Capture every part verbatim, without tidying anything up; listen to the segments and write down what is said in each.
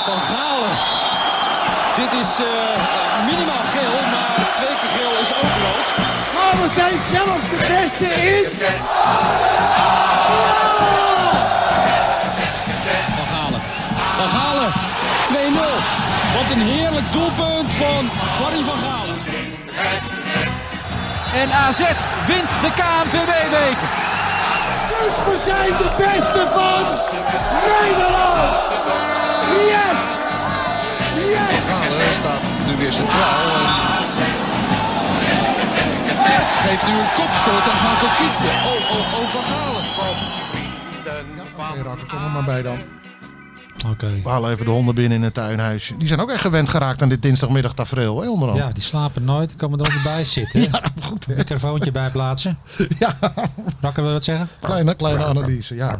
Van Galen. Dit is uh, minimaal geel, maar twee keer geel is ook rood. Maar we zijn zelfs de beste in. Van Galen. Van Galen. twee nul. Wat een heerlijk doelpunt van Barry van Galen. En A Z wint de K N V B-beker. Dus we zijn de beste van Nederland. Yes! Yes! Van Galen staat nu weer centraal. Geeft nu een kopstoot aan Van Kokitse. Oh, oh, oh, Van Galen. Ja, je raakt er toch nog maar bij dan. Oké. Okay. We halen even de honden binnen in het tuinhuisje. Die zijn ook echt gewend geraakt aan dit dinsdagmiddag tafereel, hè, onderhand. Ja, die slapen nooit. Die komen er ook bij zitten. Ja, goed. Een microfoontje bij plaatsen. Ja. Rakken we wat zeggen? Kleine, kleine analyse, ja.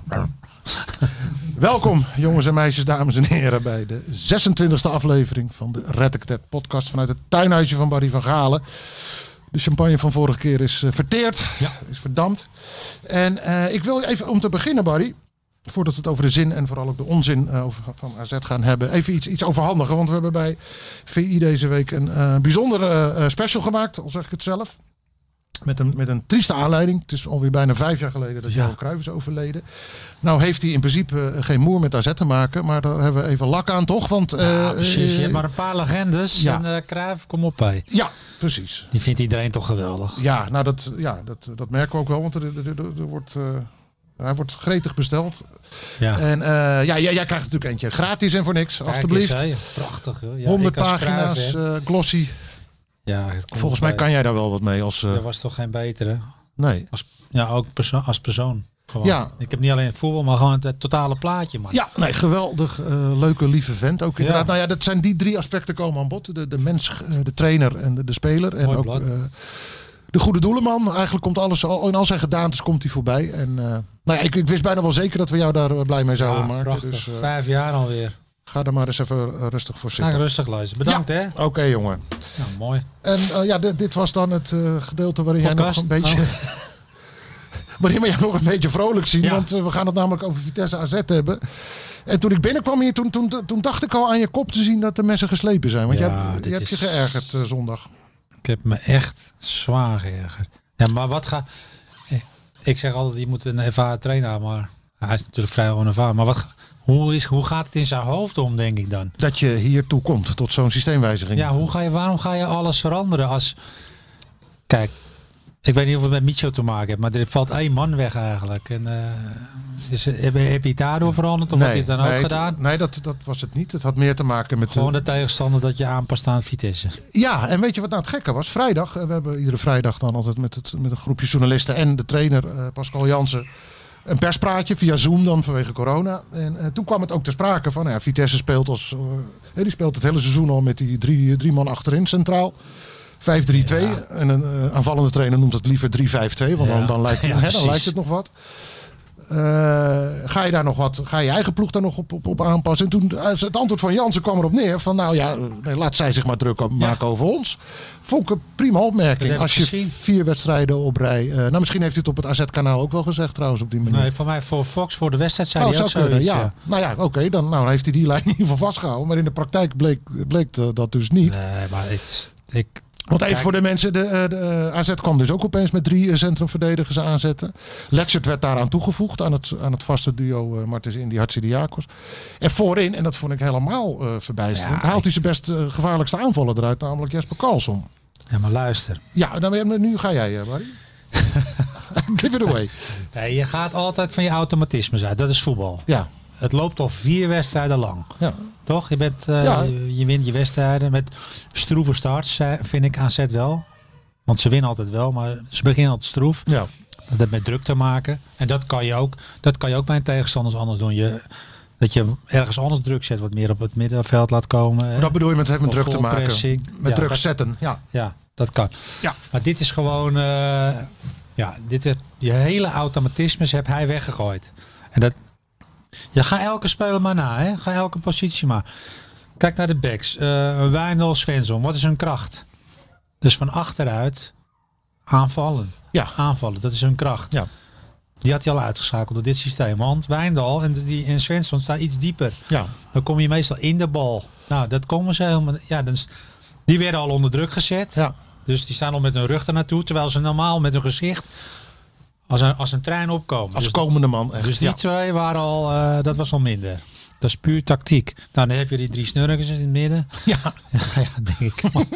Welkom, jongens en meisjes, dames en heren, bij de zesentwintigste aflevering van de Red Ik Het podcast vanuit het tuinhuisje van Barry van Galen. De champagne van vorige keer is uh, verteerd, ja. is verdampt. En uh, ik wil even om te beginnen, Barry, voordat we het over de zin en vooral ook de onzin uh, over, van A Z gaan hebben, even iets, iets overhandigen. Want we hebben bij V I deze week een uh, bijzondere uh, special gemaakt, al zeg ik het zelf. Met een, met een trieste aanleiding. Het is alweer bijna vijf jaar geleden dat ja. Johan Cruijff is overleden. Nou heeft hij in principe uh, geen moer met A Z te maken. Maar daar hebben we even lak aan, toch? Want, uh, ja, precies. Uh, je hebt maar een paar legendes. Ja. En uh, Cruijff, kom op bij. Ja, precies. Die vindt iedereen toch geweldig. Ja, nou dat, ja, dat, dat merken we ook wel. Want er, er, er, er wordt... Uh, Hij wordt gretig besteld. Ja. En uh, ja, jij, jij krijgt natuurlijk eentje gratis en voor niks, Kijk alstublieft. Eens, Prachtig. Ja, honderd pagina's, uh, glossy. Ja, volgens mij kan jij daar wel wat mee. Als, uh... Er was toch geen betere? Nee. Als, ja, ook perso- als persoon. Gewoon. Ja. Ik heb niet alleen het voetbal, maar gewoon het totale plaatje. Man. Ja, nee, geweldig. Uh, leuke, lieve vent ook inderdaad. Ja. Nou ja, dat zijn die drie aspecten komen aan bod. De, de mens, uh, de trainer en de, de speler. En Mooi ook... blad. Uh, De goede doelenman. Eigenlijk komt alles al in al zijn gedaantes komt hij voorbij. En uh, nou ja, ik, ik wist bijna wel zeker dat we jou daar blij mee zouden ja, maken. Dus, uh, Vijf jaar alweer. Ga er maar eens even uh, rustig voor zitten. Ga rustig luisteren. Bedankt ja. hè. Oké okay, jongen. Ja, mooi. En uh, ja, dit, dit was dan het uh, gedeelte waarin Podcast. jij nog een beetje... Oh. waarin we jou nog een beetje vrolijk zien. Ja. Want uh, we gaan het namelijk over Vitesse A Z hebben. En toen ik binnenkwam hier, toen, toen, toen dacht ik al aan je kop te zien dat de mensen geslepen zijn. Want ja, je hebt, je, hebt is... je geërgerd uh, zondag. Ik heb me echt zwaar geërgerd. Ja, maar wat gaat... Ik zeg altijd, je moet een ervaren trainer hebben, maar hij is natuurlijk vrij onervaren. Maar wat, hoe, is, hoe gaat het in zijn hoofd om, denk ik dan? Dat je hiertoe komt, tot zo'n systeemwijziging. Ja, hoe ga je, waarom ga je alles veranderen als... Kijk, ik weet niet of het met Micho te maken heeft, maar er valt één man weg eigenlijk. En, uh, is, heb, heb je het daardoor veranderd of nee, heb je het dan nee, ook gedaan? Nee, dat, dat was het niet. Het had meer te maken met... Gewoon de, de tegenstander dat je aanpast aan Vitesse. Ja, en weet je wat nou het gekke was? Vrijdag, we hebben iedere vrijdag dan altijd met, het, met een groepje journalisten en de trainer uh, Pascal Jansen een perspraatje via Zoom dan vanwege corona. En uh, toen kwam het ook ter sprake van, ja, Vitesse speelt als, uh, die speelt het hele seizoen al met die drie, drie man achterin centraal. vijf drie twee. Ja. En een uh, aanvallende trainer noemt het liever drie vijf twee, want ja. dan, dan, lijkt, ja, hè, dan lijkt het nog wat. Uh, ga je daar nog wat, ga je eigen ploeg daar nog op, op, op aanpassen? En toen, het antwoord van Jansen kwam erop neer van, nou ja, nee, laat zij zich maar druk op maken ja. over ons. Vond ik een prima opmerking. Als je gezien. vier wedstrijden op rij, uh, nou misschien heeft hij het op het A Z-kanaal ook wel gezegd trouwens op die manier. Nee, voor mij voor Fox, voor de wedstrijd zei oh, hij ook zou kunnen, zoiets, ja. ja. Nou ja, oké, okay, dan nou, heeft hij die lijn in ieder geval vastgehouden. Maar in de praktijk bleek, bleek dat dus niet. Nee, maar het, ik... Want even Kijk. voor de mensen, de, de A Z kwam dus ook opeens met drie centrumverdedigers aanzetten. Letchert werd daaraan toegevoegd, aan het, aan het vaste duo uh, Martens Indy Hatzidiakos. En voorin, en dat vond ik helemaal uh, verbijsterend, ja, haalt hij zijn best uh, gevaarlijkste aanvallen eruit, namelijk Jesper Karlsson. Ja, maar luister. Ja, dan, nu ga jij, uh, Barry. Give it away. Nee, je gaat altijd van je automatismes uit, dat is voetbal. Ja. Het loopt al vier wedstrijden lang. Ja. Toch? Je, bent, uh, ja. je, je wint je wedstrijden met stroeve starts, vind ik aan zet wel. Want ze winnen altijd wel, maar ze beginnen altijd stroef. Ja. Dat heeft met druk te maken. En dat kan je ook, dat kan je ook bij een tegenstanders anders doen. Je, dat je ergens anders druk zet, wat meer op het middenveld laat komen. Dat bedoel je met, het met druk te maken? Pressing. Met ja, druk dat, zetten, ja. Ja, dat kan. Ja. Maar dit is gewoon, uh, ja, dit, je hele automatismes heb hij weggegooid. En dat... Ja, ga elke speler maar na, hè? Ga elke positie maar. Kijk naar de backs. Uh, Wijndal, Svensson. Wat is hun kracht? Dus van achteruit aanvallen. Ja. Aanvallen, dat is hun kracht. Ja. Die had hij al uitgeschakeld door dit systeem. Want Wijndal en, die, en Svensson staan iets dieper. Ja. Dan kom je meestal in de bal. Nou, dat komen ze helemaal... Ja, dan, die werden al onder druk gezet. Ja. Dus die staan al met hun rug ernaartoe. Terwijl ze normaal met hun gezicht als een, als een trein opkomen. Als dus, komende man echt. dus die ja. twee waren al... Uh, dat was al minder. Dat is puur tactiek. Nou, dan heb je die drie snurkers in het midden. Ja. Ja, denk ik. Man,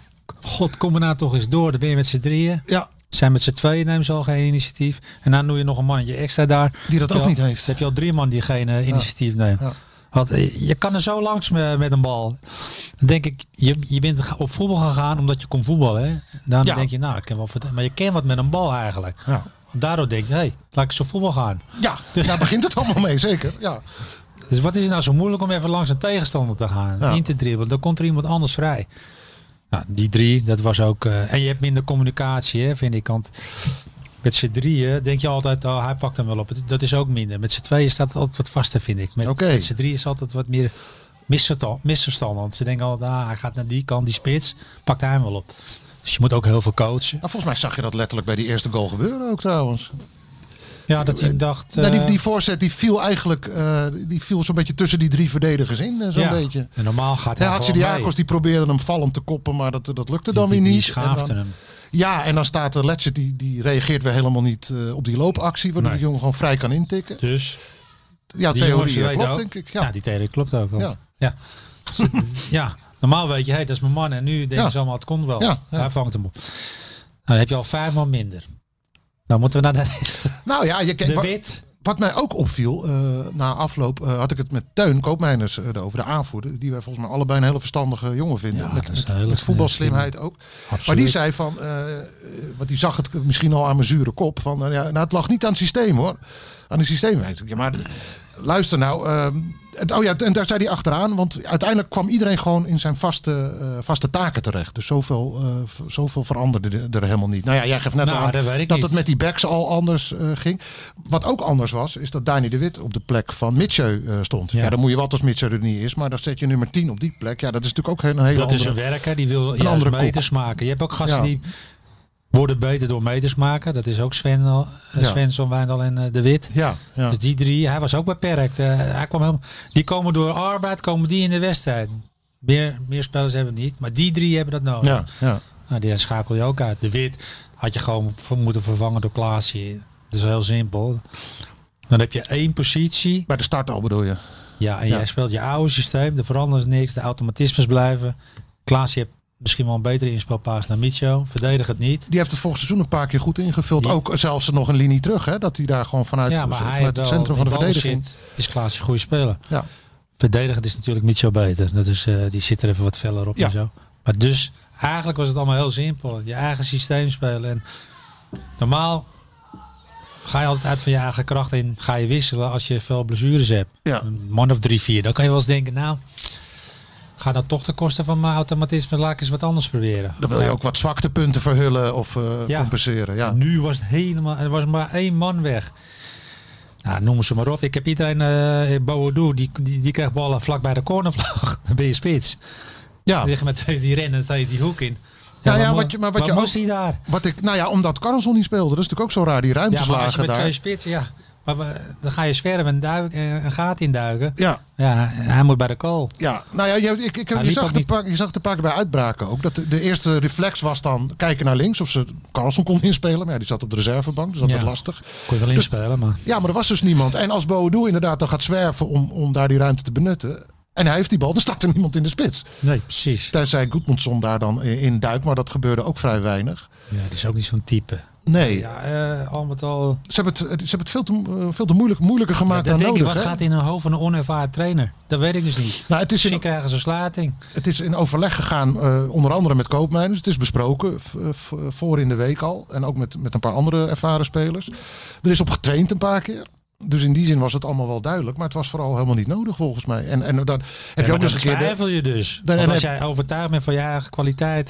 God, kom er nou toch eens door. Dan ben je met z'n drieën. Ja. Zijn met z'n tweeën, nemen ze al geen initiatief. En dan doe je nog een mannetje extra daar. Die dat Heb je ook al- niet heeft. Dan heb je al drie man die geen uh, initiatief nemen. Ja. Want uh, je kan er zo langs met, met een bal. Dan denk ik, je, je bent ga- op voetbal gegaan omdat je kon voetballen. Hè? Dan Ja. denk je, nou, ik ken wel verd- maar je kent wat met een bal eigenlijk. Ja. Daardoor denk je, hé, hey, laat ik zo voetbal gaan. Ja, daar begint het allemaal mee, zeker. Ja. Dus wat is het nou zo moeilijk om even langs een tegenstander te gaan? Ja. In te dribbelen, dan komt er iemand anders vrij. Nou, die drie, dat was ook... Uh, en je hebt minder communicatie, hè, vind ik. Want met z'n drieën denk je altijd, oh, hij pakt hem wel op. Dat is ook minder. Met z'n tweeën staat het altijd wat vaster, vind ik. Met, Oké. met z'n drieën is altijd wat meer misverstand. misverstand want ze denken altijd, ah, hij gaat naar die kant, die spits, pakt hij hem wel op. Dus je moet ook heel veel coachen. Nou, volgens mij zag je dat letterlijk bij die eerste goal gebeuren ook trouwens. Ja, dat hij dacht... Nou, die, uh, die voorzet die viel eigenlijk uh, die viel zo'n beetje tussen die drie verdedigers in. uh, Zo'n ja, beetje. en normaal gaat hij Ja, gewoon mee. Hatsidiakos die probeerde hem vallend te koppen, maar dat, dat lukte dan Die- weer die niet. schaafde En dan- hem. Ja, en dan staat de Letchert, die, die reageert weer helemaal niet uh, op die loopactie, waardoor Nee. de jongen gewoon vrij kan intikken. Dus... Ja, Die jongens, theorie die uh, weten klopt, ook. denk ik. Ja. Ja. die theorie klopt ook. Want, Ja. ja. Ja, normaal weet je, hey, dat is mijn man. En nu denken Ja. ze allemaal, het komt wel. Ja, ja. Hij vangt hem op. Nou, dan heb je al vijf man minder. Dan moeten we naar de rest. Nou ja, je, De wat, Wit. wat mij ook opviel, uh, na afloop uh, had ik het met Teun Koopmeiners uh, over de aanvoerder, die wij volgens mij allebei een hele verstandige jongen vinden. Ja, met dat is met, een hele met voetbalslimheid ook. Absoluut. Maar die zei van, uh, want die zag het misschien al aan mijn zure kop, van uh, ja, nou, het lag niet aan het systeem hoor. Aan het systeem. Ja, maar luister nou. Uh, en, oh ja, en daar zei hij achteraan. Want uiteindelijk kwam iedereen gewoon in zijn vaste, uh, vaste taken terecht. Dus zoveel, uh, v- zoveel veranderde er helemaal niet. Nou ja, jij geeft net Nou, al aan dat weet ik dat niet. het met die backs al anders uh, ging. Wat ook anders was, is dat Dani de Wit op de plek van Mitchell uh, stond. Ja. Ja. dan moet je wat als Mitchell er niet is. Maar dan zet je nummer tien op die plek. Ja, dat is natuurlijk ook een hele Dat is andere... een werker, die wil juist andere kop. meters maken. Je hebt ook gasten Ja. die worden beter door meters maken. Dat is ook Sven, uh, Ja. Svensson, Wijndal en uh, De Wit. Ja, ja. Dus die drie, hij was ook beperkt. Uh, hij kwam helemaal, die komen door arbeid, komen die in de wedstrijd. Meer, meer spelers hebben we niet, maar die drie hebben dat nodig. ja, ja. Nou, die schakel je ook uit. De Wit had je gewoon v- moeten vervangen door Klaasje. Dat is heel simpel. Dan heb je één positie. Bij de start al bedoel je. Ja, en Ja. jij speelt je oude systeem. Er verandert niks. De automatismes blijven. Klaasje heeft misschien wel een betere inspelpaas dan Micho. Verdedig het niet. Die heeft het vorig seizoen een paar keer goed ingevuld. Die- Ook zelfs nog een linie terug. Hè? Dat hij daar gewoon vanuit, Ja, maar hij vanuit het wel centrum van de in verdediging. balbezit is Klaasje een goede speler. Ja. Verdedigend is natuurlijk Micho beter. Dat is, uh, die zit er even wat feller op Ja. en zo. Maar dus, eigenlijk was het allemaal heel simpel. Je eigen systeem spelen. En normaal ga je altijd uit van je eigen kracht en ga je wisselen als je veel blessures hebt. Ja. Een man of drie, vier. Dan kan je wel eens denken, nou, ga dat toch ten koste van mijn automatisme. Laat ik eens wat anders proberen. Dan wil je Ja. ook wat zwaktepunten verhullen of uh, Ja. compenseren. Ja. Nu was het helemaal, er was maar één man weg. Nou, noem ze maar op. Ik heb iedereen, uh, Boadu, die, die, die krijgt ballen vlak bij de cornervlag. Dan ben je spits. Ja. Liggen met die rennen, dan sta je die hoek in. Ja, ja, wat wat mo- je- maar wat wat je moest ook- hij daar? Wat ik, nou ja, omdat Carlson niet speelde. Dat is natuurlijk ook zo raar. Die Ja, maar als je ruimteslagen met daar. twee spitsen, ja. Maar we, dan ga je zwerven en duik, en een gat induiken. Ja, Ja, hij moet bij de goal. ja, nou ja, je, ik, ik, Hij je, liep zag ook het een niet. paar, je zag het een paar keer bij uitbraken ook. Dat de, de eerste reflex was dan kijken naar links. Of ze Carlson kon inspelen. Maar ja, die zat op de reservebank. Dus dat Ja. werd lastig. Kon je wel inspelen, maar... Ja, maar er was dus niemand. En als Boadu inderdaad dan gaat zwerven om, om daar die ruimte te benutten. En hij heeft die bal, dan staat er niemand in de spits. Nee, precies. Tenzij Goedmundsson daar dan in duikt. Maar dat gebeurde ook vrij weinig. Ja, die is ook niet zo'n type. Nee, Ja, uh, al met al... ze hebben het, ze hebben het veel te, uh, veel te moeilijk, moeilijker gemaakt Ja, dan dan denk nodig. ik, wat hè? gaat in een hoofd van een onervaren trainer? Dat weet ik dus niet. Nou, het, is Misschien in, krijgen ze sluiting. het is in overleg gegaan, uh, onder andere met Koopmeiners. Het is besproken v- v- voor in de week al. En ook met, met een paar andere ervaren spelers. Er is op getraind een paar keer. Dus in die zin was het allemaal wel duidelijk. Maar het was vooral helemaal niet nodig volgens mij. En, en dan heb je Ja, ook maar nog dan eens een keer... de- twijfel je dus. Dan- Want en als heb- jij overtuigd bent van je eigen kwaliteiten...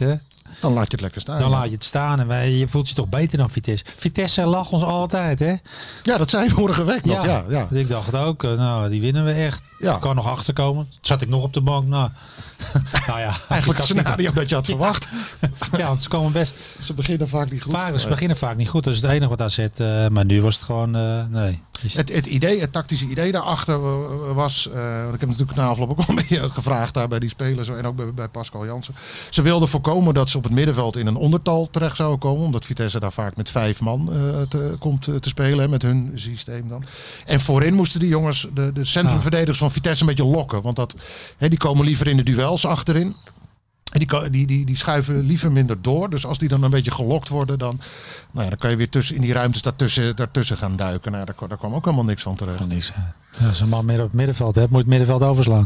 Dan laat je het lekker staan. Dan ja. laat je het staan en wij, je voelt je toch beter dan Vitesse. Vitesse lacht ons altijd, hè? Ja, dat zei vorige week nog. Ja, ja. Dus ik dacht ook, uh, nou, die winnen we echt. Ja. Ik kan nog achterkomen. Zat ik nog op de bank. Nou, nou ja. Eigenlijk het scenario dat je had verwacht. Ja, want ze komen best... Ze beginnen vaak niet goed. Vaak, ze beginnen vaak niet goed. Dat is het enige wat A Z. Uh, maar nu was het gewoon... Uh, nee. Het, het idee, het tactische idee daarachter uh, was... Uh, want ik heb natuurlijk na afloop ook wel een beetje gevraagd daar bij die spelers. En ook bij, bij Pascal Jansen. Ze wilden voorkomen dat ze op het middenveld in een ondertal terecht zouden komen. Omdat Vitesse daar vaak met vijf man uh, te, komt uh, te spelen. Hè, met hun systeem dan. En voorin moesten die jongens, de, de centrumverdedigers van Vitesse, een beetje lokken. Want dat, hè, die komen liever in de duels achterin. En die, die, die, die schuiven liever minder door. Dus als die dan een beetje gelokt worden, dan, nou ja, dan kan je weer tussen, in die ruimtes daartussen, daartussen gaan duiken. Nou, daar, daar kwam ook helemaal niks van terecht. Niks. Ja, als een man meer op het middenveld hebt, moet je het middenveld overslaan.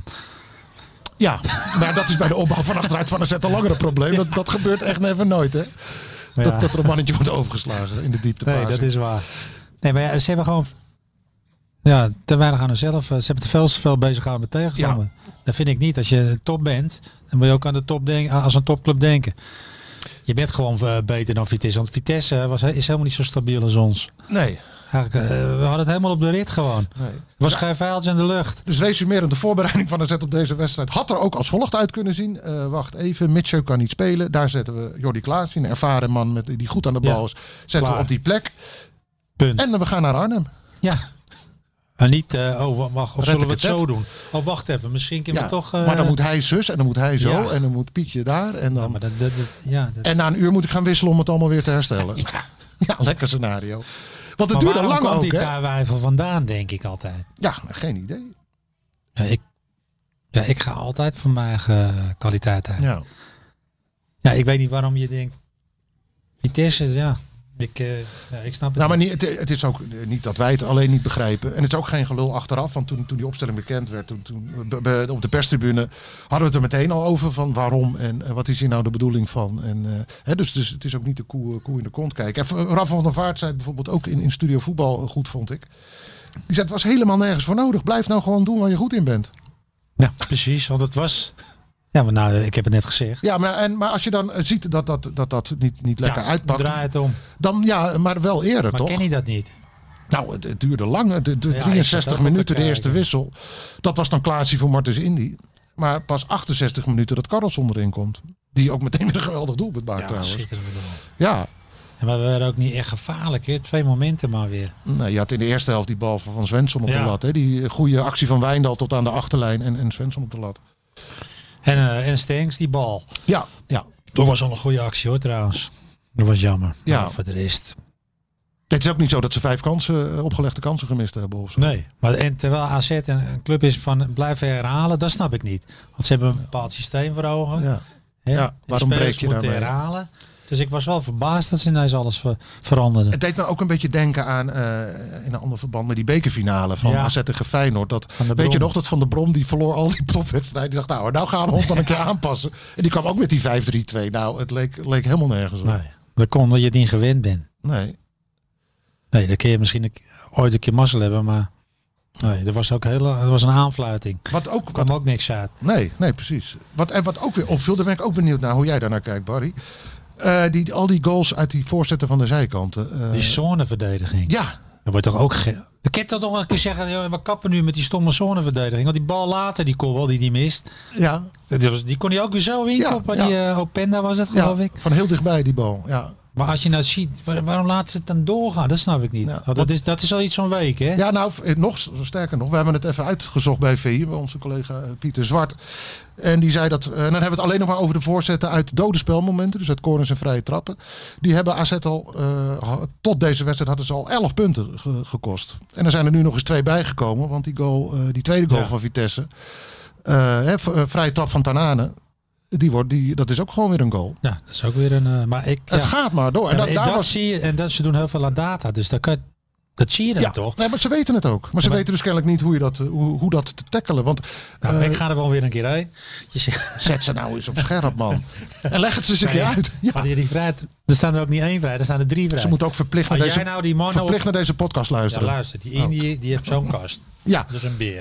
Ja, maar dat is bij de opbouw van achteruit van een zet een langere probleem. Dat, dat gebeurt echt never nooit, hè? Ja. Dat, dat er een mannetje wordt overgeslagen in de diepte. Nee, dat is waar. Nee, maar ja, ze hebben gewoon ja, te weinig aan hunzelf. Ze hebben te veel, te veel bezig gehouden met tegenstander. Ja. Dat vind ik niet. Als je top bent, dan moet je ook aan de top denken, als een topclub denken. Je bent gewoon uh, beter dan Vitesse. Want Vitesse was, is helemaal niet zo stabiel als ons. Nee. Eigenlijk, uh, we hadden het helemaal op de rit gewoon. Nee. Er was ja. geen vuiltje in de lucht. Dus resumerend, de voorbereiding van de zet op deze wedstrijd had er ook als volgt uit kunnen zien. Uh, wacht even, Mitchell kan niet spelen. Daar zetten we Jordi Klaas in, een ervaren man met, die goed aan de bal is. Zetten Klaar. we op die plek. Punt. En we gaan naar Arnhem. Ja. En niet, uh, oh wacht, of zullen we het zo doen? Oh wacht even, misschien kunnen ja, we toch... Uh... Maar dan moet hij zus en dan moet hij zo ja. en dan moet Pietje daar. En, dan... ja, maar dat, dat, dat, ja, dat... en na een uur moet ik gaan wisselen om het allemaal weer te herstellen. ja, ja lekker scenario. Want het maar duurde lang komt ook, die hè? Taarwijvel vandaan, denk ik altijd. Ja, geen idee. Ja, ik, ja, ik ga altijd voor mijn eigen kwaliteit uit. Ja. Ja, ik weet niet waarom je denkt... Vitesse, ja... Ik, uh, ja, ik snap het. Nou, maar niet, het, het is ook niet dat wij het alleen niet begrijpen. En het is ook geen gelul achteraf. Want toen, toen die opstelling bekend werd, toen, toen, be, be, op de perstribune hadden we het er meteen al over van waarom en, en wat is hier nou de bedoeling van. En, uh, hè, dus, dus het is ook niet de koe, koe in de kont kijken. En Rafa van der Vaart zei bijvoorbeeld ook in, in Studio Voetbal goed, vond ik. Die zei, het was helemaal nergens voor nodig. Blijf nou gewoon doen waar je goed in bent. Ja, precies. Want het was... Ja, maar nou, ik heb het net gezegd. Ja, maar, en, maar als je dan ziet dat dat, dat, dat niet, niet lekker ja, uitpakt. Draai het om. Dan ja, maar wel eerder, maar toch? Maar ken je dat niet? Nou, het, het duurde lang. De, de ja, drieënzestig minuten de eerste wissel. Dat was dan Klaasie voor Martens Indy. Maar pas achtenzestig minuten dat Karlsson erin komt. Die ook meteen weer een geweldig doelpunt maakt ja, trouwens. Ja, en maar we waren ook niet echt gevaarlijk. Hè? Twee momenten maar weer. Nou, je had in de eerste helft die bal van Svensson op ja. de lat. Hè? Die goede actie van Wijndal tot aan de achterlijn en, en Svensson op de lat. En, uh, en Stengs, die bal. Ja, ja. Dat was al een goede actie hoor trouwens. Dat was jammer. Ja. Maar voor de rest. Het is ook niet zo dat ze vijf kansen, opgelegde kansen gemist hebben. Of zo. Nee, maar en terwijl A Z een club is van blijven herhalen, dat snap ik niet. Want ze hebben een bepaald systeem voor ogen. Ja. Hè? Ja, waarom breek je daarmee? herhalen. Dus ik was wel verbaasd dat ze ineens alles ver veranderden. Het deed me ook een beetje denken aan, uh, in een ander verband met die bekerfinale van ja. A Z tegen Feyenoord. Dat, weet je nog, dat Van der Brom, die verloor al die topwedstrijden. Die dacht, nou, nou gaan we ons dan een keer aanpassen. En die kwam ook met die vijf drie twee. Nou, het leek, leek helemaal nergens op. Nee, dat komt omdat je het niet gewend bent. Nee. Nee, dan kun je misschien een, ooit een keer mazzel hebben, maar... Nee, er was ook heel, er was een aanfluiting. Wat ook, er kwam wat, ook niks uit. Nee, nee, precies. Wat, en wat ook weer opviel, daar ben ik ook benieuwd naar hoe jij daarnaar kijkt, Barry. Uh, die, al die goals uit die voorzetten van de zijkanten. Uh, die zoneverdediging. Ja. Dat wordt toch ook... Ge ik kan toch nog een keer zeggen, joh, we kappen nu met die stomme zoneverdediging. Want die bal later, die kopbal die die mist. Ja. Die, was, die kon hij ook weer zo inkoppen. Ja, ja. Die uh, Openda was het, geloof ja, ik. Van heel dichtbij die bal, ja. Maar als je nou ziet, waar, waarom laten ze het dan doorgaan? Dat snap ik niet. Ja, dat, is, dat is al iets zo'n week, hè? Ja, nou, nog sterker nog. We hebben het even uitgezocht bij V I, bij onze collega Pieter Zwart. En die zei dat, en dan hebben we het alleen nog maar over de voorzetten uit dode spelmomenten. Dus uit corners en vrije trappen. Die hebben A Z al, uh, tot deze wedstrijd hadden ze al elf punten ge gekost. En er zijn er nu nog eens twee bijgekomen. Want die, goal, uh, die tweede goal ja. van Vitesse, uh, hè, vrije trap van Tanane. Die wordt, die, dat is ook gewoon weer een goal. Ja, dat is ook weer een... Uh, maar ik, het ja. gaat maar door. En ja, dat, daar dat was... zie je, en dat, ze doen heel veel aan data. Dus dat, kan, dat zie je dan ja, toch? Nee, maar ze weten het ook. Maar ze ja, maar... weten dus kennelijk niet hoe, je dat, hoe, hoe dat te tackelen. Want, nou, uh, ik ga er wel weer een keer heen. Je zegt... Zet ze nou eens op scherp, man. En leg het ze eens een keer uit. Ja. Maar die vrij, er staan er ook niet één vrij, er staan er drie vrij. Ze moeten ook verplicht naar, deze, nou die verplicht op... naar deze podcast luisteren. Ja, luister. Die Indie, die heeft zo'n kast. Ja. Dat is een beer.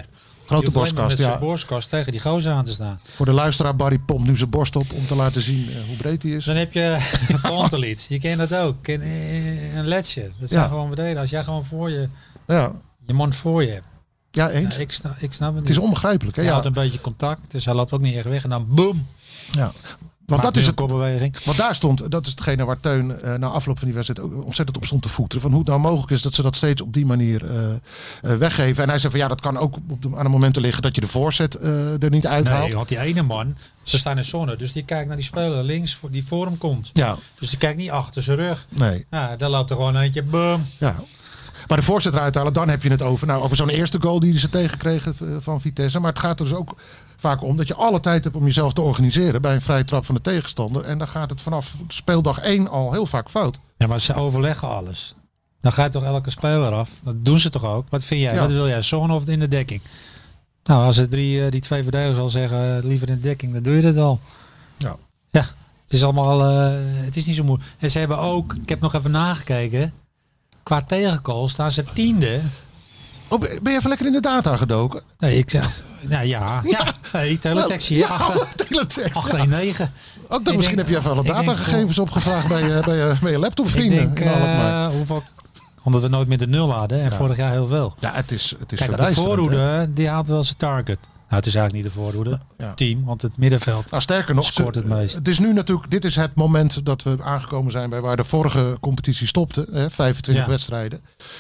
Grote Die hoeft alleen maar borstkast, met ja. zijn borstkast tegen die gozer aan te staan. Voor de luisteraar, Barry pompt nu zijn borst op om te laten zien uh, hoe breed hij is. Dan heb je Pantelits, die ken dat ook. Ken, eh, een letje. Dat zijn Ja. gewoon verdedigen. Als jij gewoon voor je, Ja, je mond voor je hebt. ja Ja, eens. ik, snap, ik snap het Het is niet. onbegrijpelijk, hè? Hij Ja. houdt een beetje contact, dus hij loopt ook niet echt weg. En dan boom. Ja. Want dat is een het. kopbeweging. Want daar stond, dat is hetgene waar Teun uh, na afloop van die wedstrijd ook ontzettend op stond te voeteren. Van hoe het nou mogelijk is dat ze dat steeds op die manier uh, uh, weggeven. En hij zei van ja, dat kan ook op de, aan de momenten liggen dat je de voorzet uh, er niet uithaalt. Nee, want die ene man, ze staan in zone, dus die kijkt naar die speler links voor, die voor hem komt. Ja, Dus die kijkt niet achter zijn rug. nee. Ja, daar loopt er gewoon eentje, boom. Ja. Maar de voorzet eruit halen, dan heb je het over, nou, over zo'n eerste goal die ze tegenkregen uh, van Vitesse. Maar het gaat er dus ook vaak om dat je alle tijd hebt om jezelf te organiseren bij een vrije trap van de tegenstander. En dan gaat het vanaf speeldag één al heel vaak fout. Ja, maar ze overleggen alles. Dan gaat toch elke speler af. Dat doen ze toch ook? Wat vind jij? Ja. Wat wil jij? Zone of in de dekking? Nou, als er drie, die twee verdedigers al zeggen uh, liever in de dekking, dan doe je dat al. Ja. Ja, het is allemaal, uh, het is niet zo moeilijk. En ze hebben ook, ik heb nog even nagekeken, qua tegengoal staan ze tiende. Oh, ben je even lekker in de data gedoken? Nee, ik zeg, nou ja, ja, nee, teletext hier, Ja, teletext. acht Ja. één negen. Ook dat Ik misschien denk- heb je even alle ik denk datagegevens opgevraagd bij, je- bij, je- bij je laptopvrienden. Ik denk, in Alkmaar. uh, hoeveel, omdat we nooit meer de nul hadden en Ja. vorig jaar heel veel. Ja, het is, het is Kijk, de verbijsterend, hè? voorhoede, die haalt wel zijn target. Nou, het is eigenlijk niet de voorhoede, Ja. team, want het middenveld. Nou, sterker nog, Scoort het ze- meest. het is nu natuurlijk, dit is het moment dat we aangekomen zijn bij waar de vorige competitie stopte. Hè, vijfentwintig Ja. wedstrijden.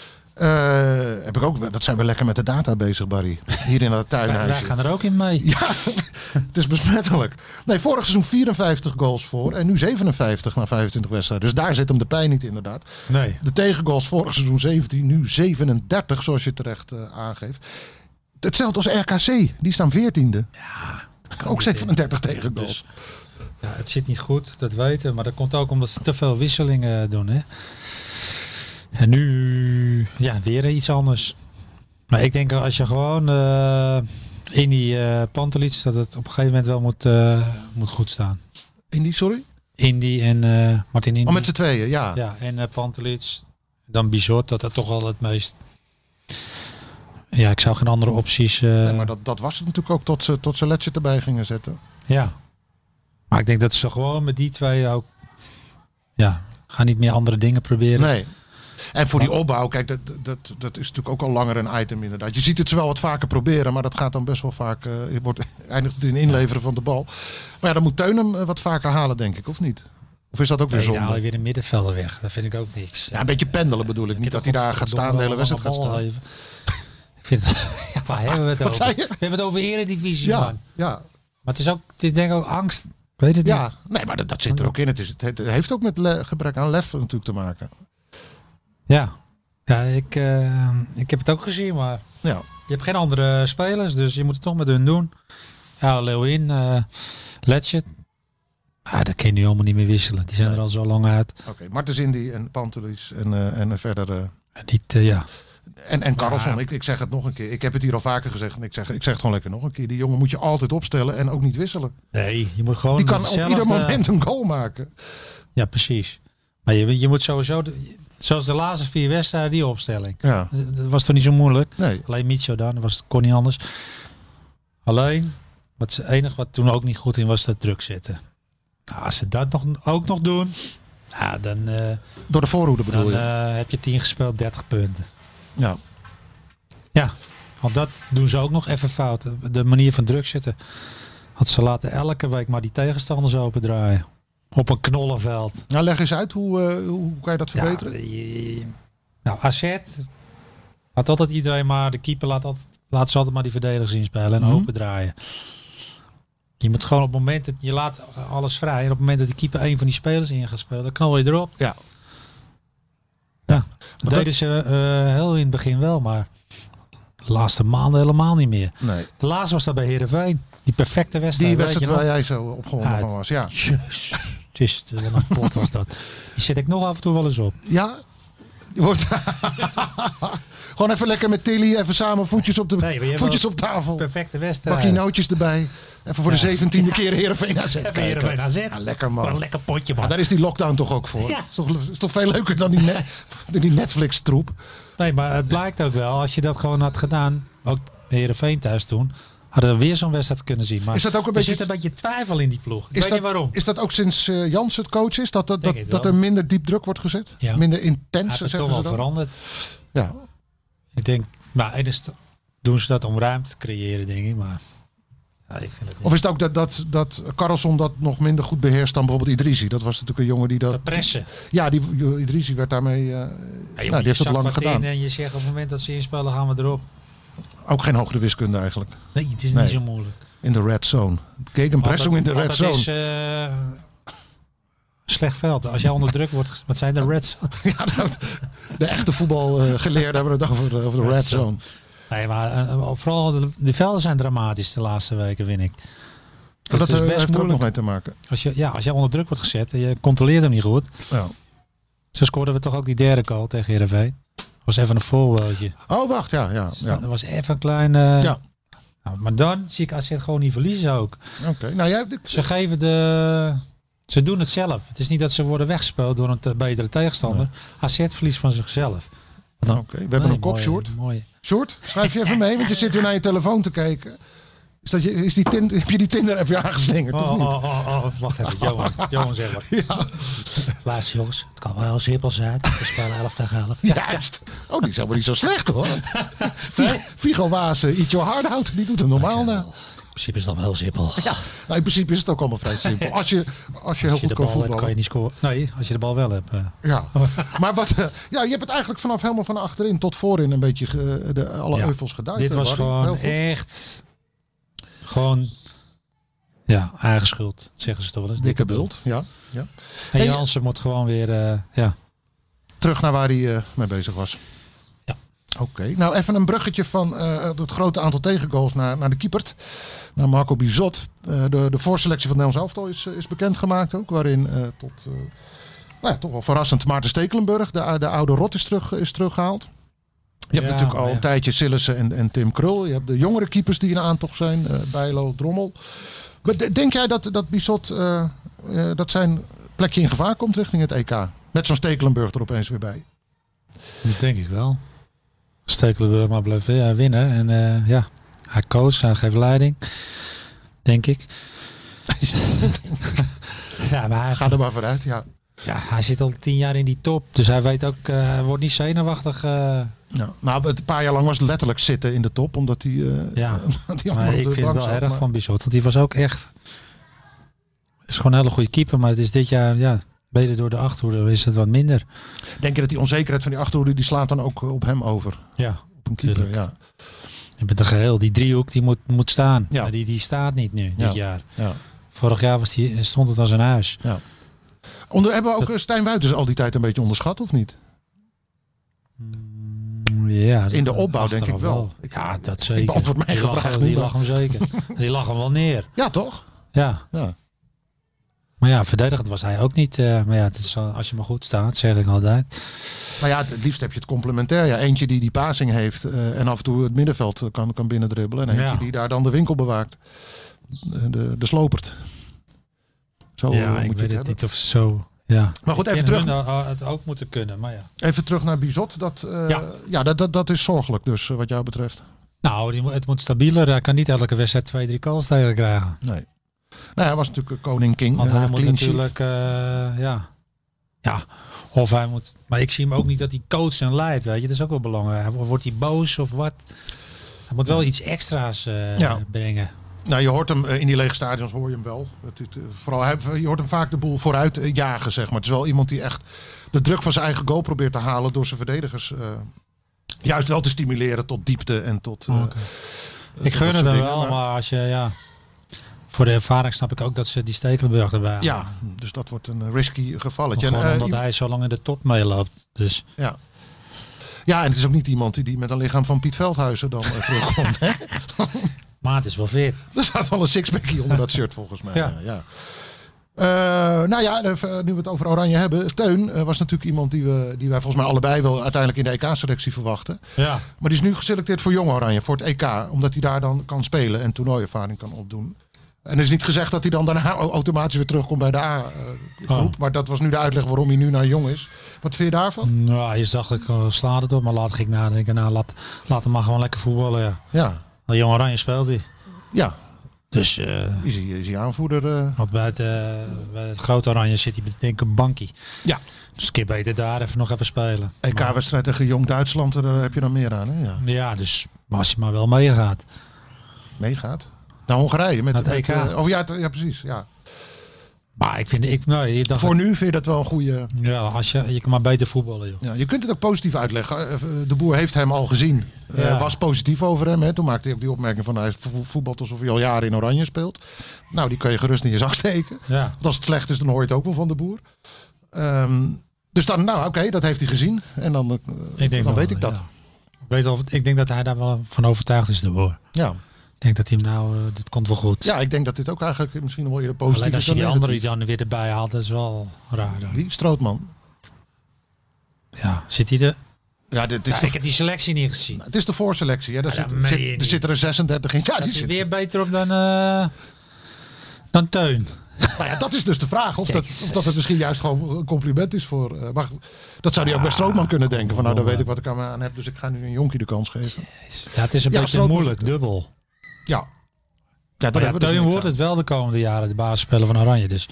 Uh, heb ik ook, wat zijn we lekker met de data bezig, Barry. Hier in dat Wij, wij tuinhuisje. gaan er ook in mee. Ja, het is besmettelijk. Nee, vorig seizoen vierenvijftig goals voor en nu zevenenvijftig na vijfentwintig wedstrijden. Dus daar zit hem de pijn niet inderdaad. Nee. De tegengoals vorig seizoen zeventien, nu zevenendertig zoals je terecht uh, aangeeft. Hetzelfde als R K C, die staan veertiende. Ja, Ook zevenendertig tegengoals. Dus, ja, het zit niet goed, dat weten we. Maar dat komt ook omdat ze te veel wisselingen doen. Hè? En nu, ja, weer iets anders. Maar ik denk als je gewoon uh, in die uh, Pantelits, dat het op een gegeven moment wel moet, uh, moet goed staan. In die, sorry? Indy en uh, Martin Indy. Oh, met z'n tweeën, ja. Ja, en uh, Pantelits. Dan Bizot, dat dat toch al het meest... Ja, ik zou geen andere opties... Uh... Nee, maar dat, dat was het natuurlijk ook tot ze, tot ze Letje erbij gingen zetten. Ja. Maar ik denk dat ze gewoon met die twee ook... Ja, gaan niet meer andere dingen proberen. Nee. En voor die opbouw, kijk, dat, dat, dat is natuurlijk ook al langer een item inderdaad. Je ziet het ze wel wat vaker proberen, maar dat gaat dan best wel vaak... Uh, wordt, eindigt het in inleveren van de bal. Maar ja, dan moet Teun hem wat vaker halen, denk ik, of niet? Of is dat ook weer Nee, dan zonde? haal je weer een middenvelder weg. Dat vind ik ook niks. Ja, een beetje pendelen bedoel ik. Niet dat hij daar gaat staan, de hele wedstrijd gaat staan. Ik vind het, ja, waar hebben we het Wat over? zei je? We hebben het over Eredivisie, Ja, man. ja, Maar het is ook, het is denk ik ook angst. Ik weet het niet. ja. Nee, maar dat, dat zit er ook in. Het, is, het, het heeft ook met le- gebrek aan lef natuurlijk te maken. Ja, ja ik, uh, ik heb het ook gezien, maar Ja. je hebt geen andere spelers, dus je moet het toch met hun doen. Ja, Leeuwin, uh, Letchet. Ah, dat kun je nu allemaal niet meer wisselen. Die zijn Nee. er al zo lang uit. Oké, okay. Martens Indy en Pantelis en, uh, en verder... Uh, Niet, uh, ja. En, en Karlsson, Ja. ik, ik zeg het nog een keer. Ik heb het hier al vaker gezegd. En ik zeg, ik zeg het gewoon lekker nog een keer. Die jongen moet je altijd opstellen en ook niet wisselen. Nee, je moet gewoon Die kan op zelf, ieder uh, moment een goal maken. Ja, precies. Maar je, je moet sowieso, de, zoals de laatste vier wedstrijden, die opstelling. Ja. Dat was toch niet zo moeilijk? Nee. Alleen Micho dan, dat was, kon niet anders. Alleen, wat het enige wat toen ook niet goed in was, dat druk zetten. Nou, als ze dat nog, ook nog doen, nou, dan, uh, Door de voorhoede bedoel dan je? uh, heb je tien gespeeld, dertig punten. Ja. Ja, want dat doen ze ook nog even fout. De manier van druk zetten. Want ze laten elke week maar die tegenstanders opendraaien. Op een knollenveld. Nou, leg eens uit. Hoe, uh, hoe kan je dat verbeteren? Ja, je, je, nou, A Z had altijd iedereen maar, de keeper laat, altijd, laat ze altijd maar die verdedigers inspelen en Mm-hmm. opendraaien. Je moet gewoon op het moment dat je laat alles vrij. En op het moment dat de keeper een van die spelers in gaat spelen, dan knal je erop. Ja. Ja, dat dat- deden ze uh, heel in het begin wel, maar de laatste maanden helemaal niet meer. Nee. De laatste was dat bij Heerenveen. Die perfecte wedstrijd. Die weet wedstrijd je waar nog? jij zo opgewonden Ja, van het- was. Ja. Jezus. Het is wat een pot was dat. Die zet ik nog af en toe wel eens op. Ja. Je wordt gewoon even lekker met Tilly. Even samen voetjes op, de, Nee, maar je hebt voetjes wel op tafel. Perfecte wedstrijd. Bakje nootjes erbij. Even voor de zeventiende keer Heerenveen A Z Even kijken. Heerenveen A Z. Ja, lekker Wat een man. lekker potje, man. Maar daar is die lockdown toch ook voor. Ja. Is, toch, is toch veel leuker dan die, net, dan die Netflix troep. Nee, maar het blijkt ook wel. Als je dat gewoon had gedaan. Ook, Heerenveen thuis toen, hadden we weer zo'n wedstrijd kunnen zien. Maar Is dat ook een er beetje- zit een beetje twijfel in die ploeg. Ik Is weet dat, niet waarom. is dat ook sinds uh, Jans het coach is? Dat, dat, Denk dat, het dat wel. er minder diep druk wordt gezet? Ja. Minder Hij intens, heeft het zeggen toch ze wel dan? veranderd. Ja. Ik denk, maar en is het- doen ze dat om ruimte te creëren, denk ik. Maar ja, ik vind het niet. Of is het ook dat, dat, dat Karlsson dat nog minder goed beheerst dan bijvoorbeeld Idrissi? Dat was natuurlijk een jongen die dat... Dat pressen. Ja, die, Idrissi werd daarmee... Uh, Ja, nou, jongen, die heeft je het zakt lang wat gedaan. in en je zegt op het moment dat ze inspelen gaan we erop. Ook geen hogere wiskunde eigenlijk. Nee, het is Nee. niet zo moeilijk. In de red zone. Gegenpressing in de Want red dat zone. is uh, slecht veld. Als jij onder druk wordt, ges- wat zijn de red zone? Ja, dat- de echte voetbalgeleerden hebben het over, de- over de Red red zone. zone. Nee, maar uh, vooral de, de velden zijn dramatisch de laatste weken, vind ik. Dus dat het is uh, best heeft er ook nog moeilijk. mee te maken. Als je, ja, als jij onder druk wordt gezet en je controleert hem niet goed. Ja. Zo scoorden we toch ook die derde goal tegen Heerenveen. Dat was even een voorbeeldje. Oh, wacht. Ja, ja. Dus ja. Dat was even een klein... Uh, Ja. nou, maar dan zie ik A Z gewoon niet verliezen ook. Oké. Nou, jij, Ze geven de... Ze doen het zelf. Het is niet dat ze worden weggespeeld door een te betere tegenstander. A Z verliest van zichzelf. Oké. We hebben een kop, Sjoerd. Mooi. Sjoerd, schrijf je even mee, want je zit weer naar je telefoon te kijken. Is dat je, is die Tinder, heb je die Tinder heb je aangeslingerd? Oh, of niet? oh, oh, oh, wacht even, Johan. Johan zegt wat. Ja, Luister jongens, het kan wel heel simpel zijn. We spelen elf tegen elf. juist. Oh, die is helemaal niet zo slecht hoor. Vig- Vigo Waas, uh, Eat Your Heart Out, die doet hem normaal na. In principe is dat wel heel simpel. Ja, nou, in principe is het ook allemaal vrij simpel. Als je, als je heel Als je goed de kan bal hebt, voetballen. kan je niet scoren. Nee, als je de bal wel hebt. Uh. Ja, maar wat, uh, ja, je hebt het eigenlijk vanaf helemaal van achterin tot voorin een beetje ge, de, alle Ja. euvels geduid. Dit hè, was Barry? Heel gewoon goed. echt... Gewoon... Ja, eigen schuld, zeggen ze toch wel eens. Dikke bult, ja. ja. En Hey, Jansen moet gewoon weer... Uh, ja. Terug naar waar hij uh, mee bezig was. Ja. Oké, nou even een bruggetje van uh, het grote aantal tegengoals naar, naar de keeper. Naar Marco Bizot. Uh, de, de voorselectie van Nederlands elftal is, uh, is bekendgemaakt ook. Waarin uh, tot, uh, nou ja, toch wel verrassend Maarten Stekelenburg, de, de oude rot, is, terug, is teruggehaald. Je hebt Ja, natuurlijk al ja. een tijdje Sillissen en, en Tim Krul. Je hebt de jongere keepers die in aantocht zijn. Uh, Bijlo, Drommel. Maar de- denk jij dat, dat Bizot uh, uh, dat zijn plekje in gevaar komt richting het E K? Met zo'n Stekelenburg er opeens weer bij. Dat denk ik wel. Stekelenburg maar blijft uh, winnen. En uh, ja, hij coacht, hij geeft leiding. Denk ik. ja, maar hij, Ga er maar vooruit, ja. ja, hij zit al tien jaar in die top. Dus hij weet ook, uh, hij wordt niet zenuwachtig. Uh, Ja, nou, het een paar jaar lang was het letterlijk zitten in de top, omdat hij. Uh, Ja, die maar allemaal ik op de vind het bank wel zat, erg maar- van Bizot. Want die was ook echt... is gewoon een hele goede keeper. Maar het is dit jaar, ja, beter door de achterhoede is het wat minder. Denk je dat die onzekerheid van die achterhoede, die slaat dan ook op hem over? Ja, Op een keeper, Tuurlijk. ja. je bent een geheel. Die driehoek die moet, moet staan. Ja. Maar die, die staat niet nu, Ja. dit jaar. ja. Vorig jaar was die, stond het als een huis. Onder, hebben we ook Stijn Wuiters al die tijd een beetje onderschat, of niet? Ja, In de opbouw denk ik achteraf wel. Ik- Ja, dat ik zeker. beantwoord mijn die vraag lag, niet, die maar- lag hem zeker. Die lag hem wel neer. Ja, toch? Ja. Ja. Maar ja, verdedigend was hij ook niet. Uh, maar ja, het is, uh, als je maar goed staat, zeg ik altijd. Maar ja, het liefst heb je het complementair. Ja, eentje die die passing heeft uh, en af en toe het middenveld uh, kan, kan binnendribbelen. En eentje Ja. die daar dan de winkel bewaakt. De, de, de slopert. Zo uh, ja, moet ik je weet het het hebben. niet of zo. Ja. Maar goed, Ik even vind terug, hun, uh, het ook moeten kunnen, maar ja. even terug naar Bizot. Dat, uh, ja. Ja. Ja, dat, dat, dat is zorgelijk dus, uh, wat jou betreft. Nou, die, moet- het moet stabieler. Hij kan niet elke wedstrijd twee, drie calls tegen krijgen. Nee. Nou, hij was natuurlijk uh, koning King. Want uh, hij moet clean sheet. natuurlijk, uh, ja. Ja, of hij moet... Maar ik zie hem ook niet dat hij coacht en leidt, weet je. Dat is ook wel belangrijk. Wordt hij boos of wat? Hij moet wel iets extra's uh, Ja. brengen. Nou, je hoort hem uh, in die lege stadions, hoor je hem wel. Het, het, uh, vooral, hij, je hoort hem vaak de boel vooruit uh, jagen, zeg maar. Het is wel iemand die echt de druk van zijn eigen goal probeert te halen door zijn verdedigers uh, juist wel te stimuleren tot diepte en tot... Uh, Oké. uh, Ik tot gun dat het soort hem dingen, wel, maar als je, ja... Voor de ervaring snap ik ook dat ze die Stekelenburg erbij halen. Ja, dus dat wordt een uh, risky gevalletje. Gewoon En, uh, omdat i- hij zo lang in de top meeloopt. Dus ja. ja, en het is ook niet iemand die, die met een lichaam van Piet Veldhuizen dan uh, terugkomt. Hè? maar het is wel fit. Er staat wel een sixpackie onder dat shirt volgens mij. Ja. Ja. Ja. Uh, nou ja, even, nu we het over Oranje hebben. Teun uh, was natuurlijk iemand die, we, die wij volgens mij allebei wel uiteindelijk in de E K-selectie verwachten. Ja. Maar die is nu geselecteerd voor Jong Oranje, voor het E K. Omdat hij daar dan kan spelen en toernooiervaring kan opdoen. En er is niet gezegd dat hij dan daarna automatisch weer terugkomt bij de A-groep. Oh. Maar dat was nu de uitleg waarom hij nu naar Jong is. Wat vind je daarvan? Nou, eerst dacht ik, uh, sla het op. Maar later ging ik nadenken, nou, laat, laat hem maar gewoon lekker voetballen. Ja. Ja, Al Jong Oranje speelt hij. Ja, Dus uh, is hij, is hij aanvoerder. Uh... want bij het, uh, bij het grote Oranje zit hij denk ik een bankie. Ja. Dus ik beter daar even nog even spelen. E K-wedstrijd tegen Jong Duitsland, daar heb je dan meer aan. Hè? Ja. Ja, dus maar als hij maar wel meegaat. Meegaat? Naar Hongarije met het het E K. Uh, oh ja, ja, precies. Ja. Maar ik vind, ik, nou, je dacht Voor nu vind je dat wel een goede... Ja, als je, je kan maar beter voetballen, joh. Ja, je kunt het ook positief uitleggen. De Boer heeft hem al gezien. Ja. Uh, was positief over hem. Hè. Toen maakte hij ook die opmerking van hij voetbalt alsof hij al jaren in Oranje speelt. Nou, die kan je gerust in je zak steken. Ja. Want als het slecht is, dan hoor je het ook wel van de Boer. Um, dus dan, nou oké, okay, dat heeft hij gezien. En dan, uh, ik denk dan wel, weet ik dat. Ja. Weet wel, ik denk dat hij daar wel van overtuigd is, de Boer. Ja. Ik denk dat hij hem nou, uh, dit komt wel goed. Ja, ik denk dat dit ook eigenlijk misschien wel eerder positief Alleen is. als je die andere die dan weer erbij haalt, dat is wel raar. Dan. Die Strootman. Ja, zit hij er? Ja, dit is ja, de... ik heb die selectie niet gezien. Het is de voorselectie. Hè. Daar ja, zit, zit, er zitten er zesendertig in. Ja, dat die is zit weer beter op dan, uh, dan Teun. Nou ja, dat is dus de vraag. Of dat, of dat het misschien juist gewoon een compliment is voor... Uh, maar dat zou hij ook bij Strootman kunnen denken. Van nou, dan weet ik wat ik aan me aan heb. Dus ik ga nu een jonkie de kans geven. Jezus. Ja, het is een ja, beetje Strootman moeilijk. Dubbel. Ja. Ja, maar ja, Teun dus wordt het wel de komende jaren de basisspeler van Oranje. Dus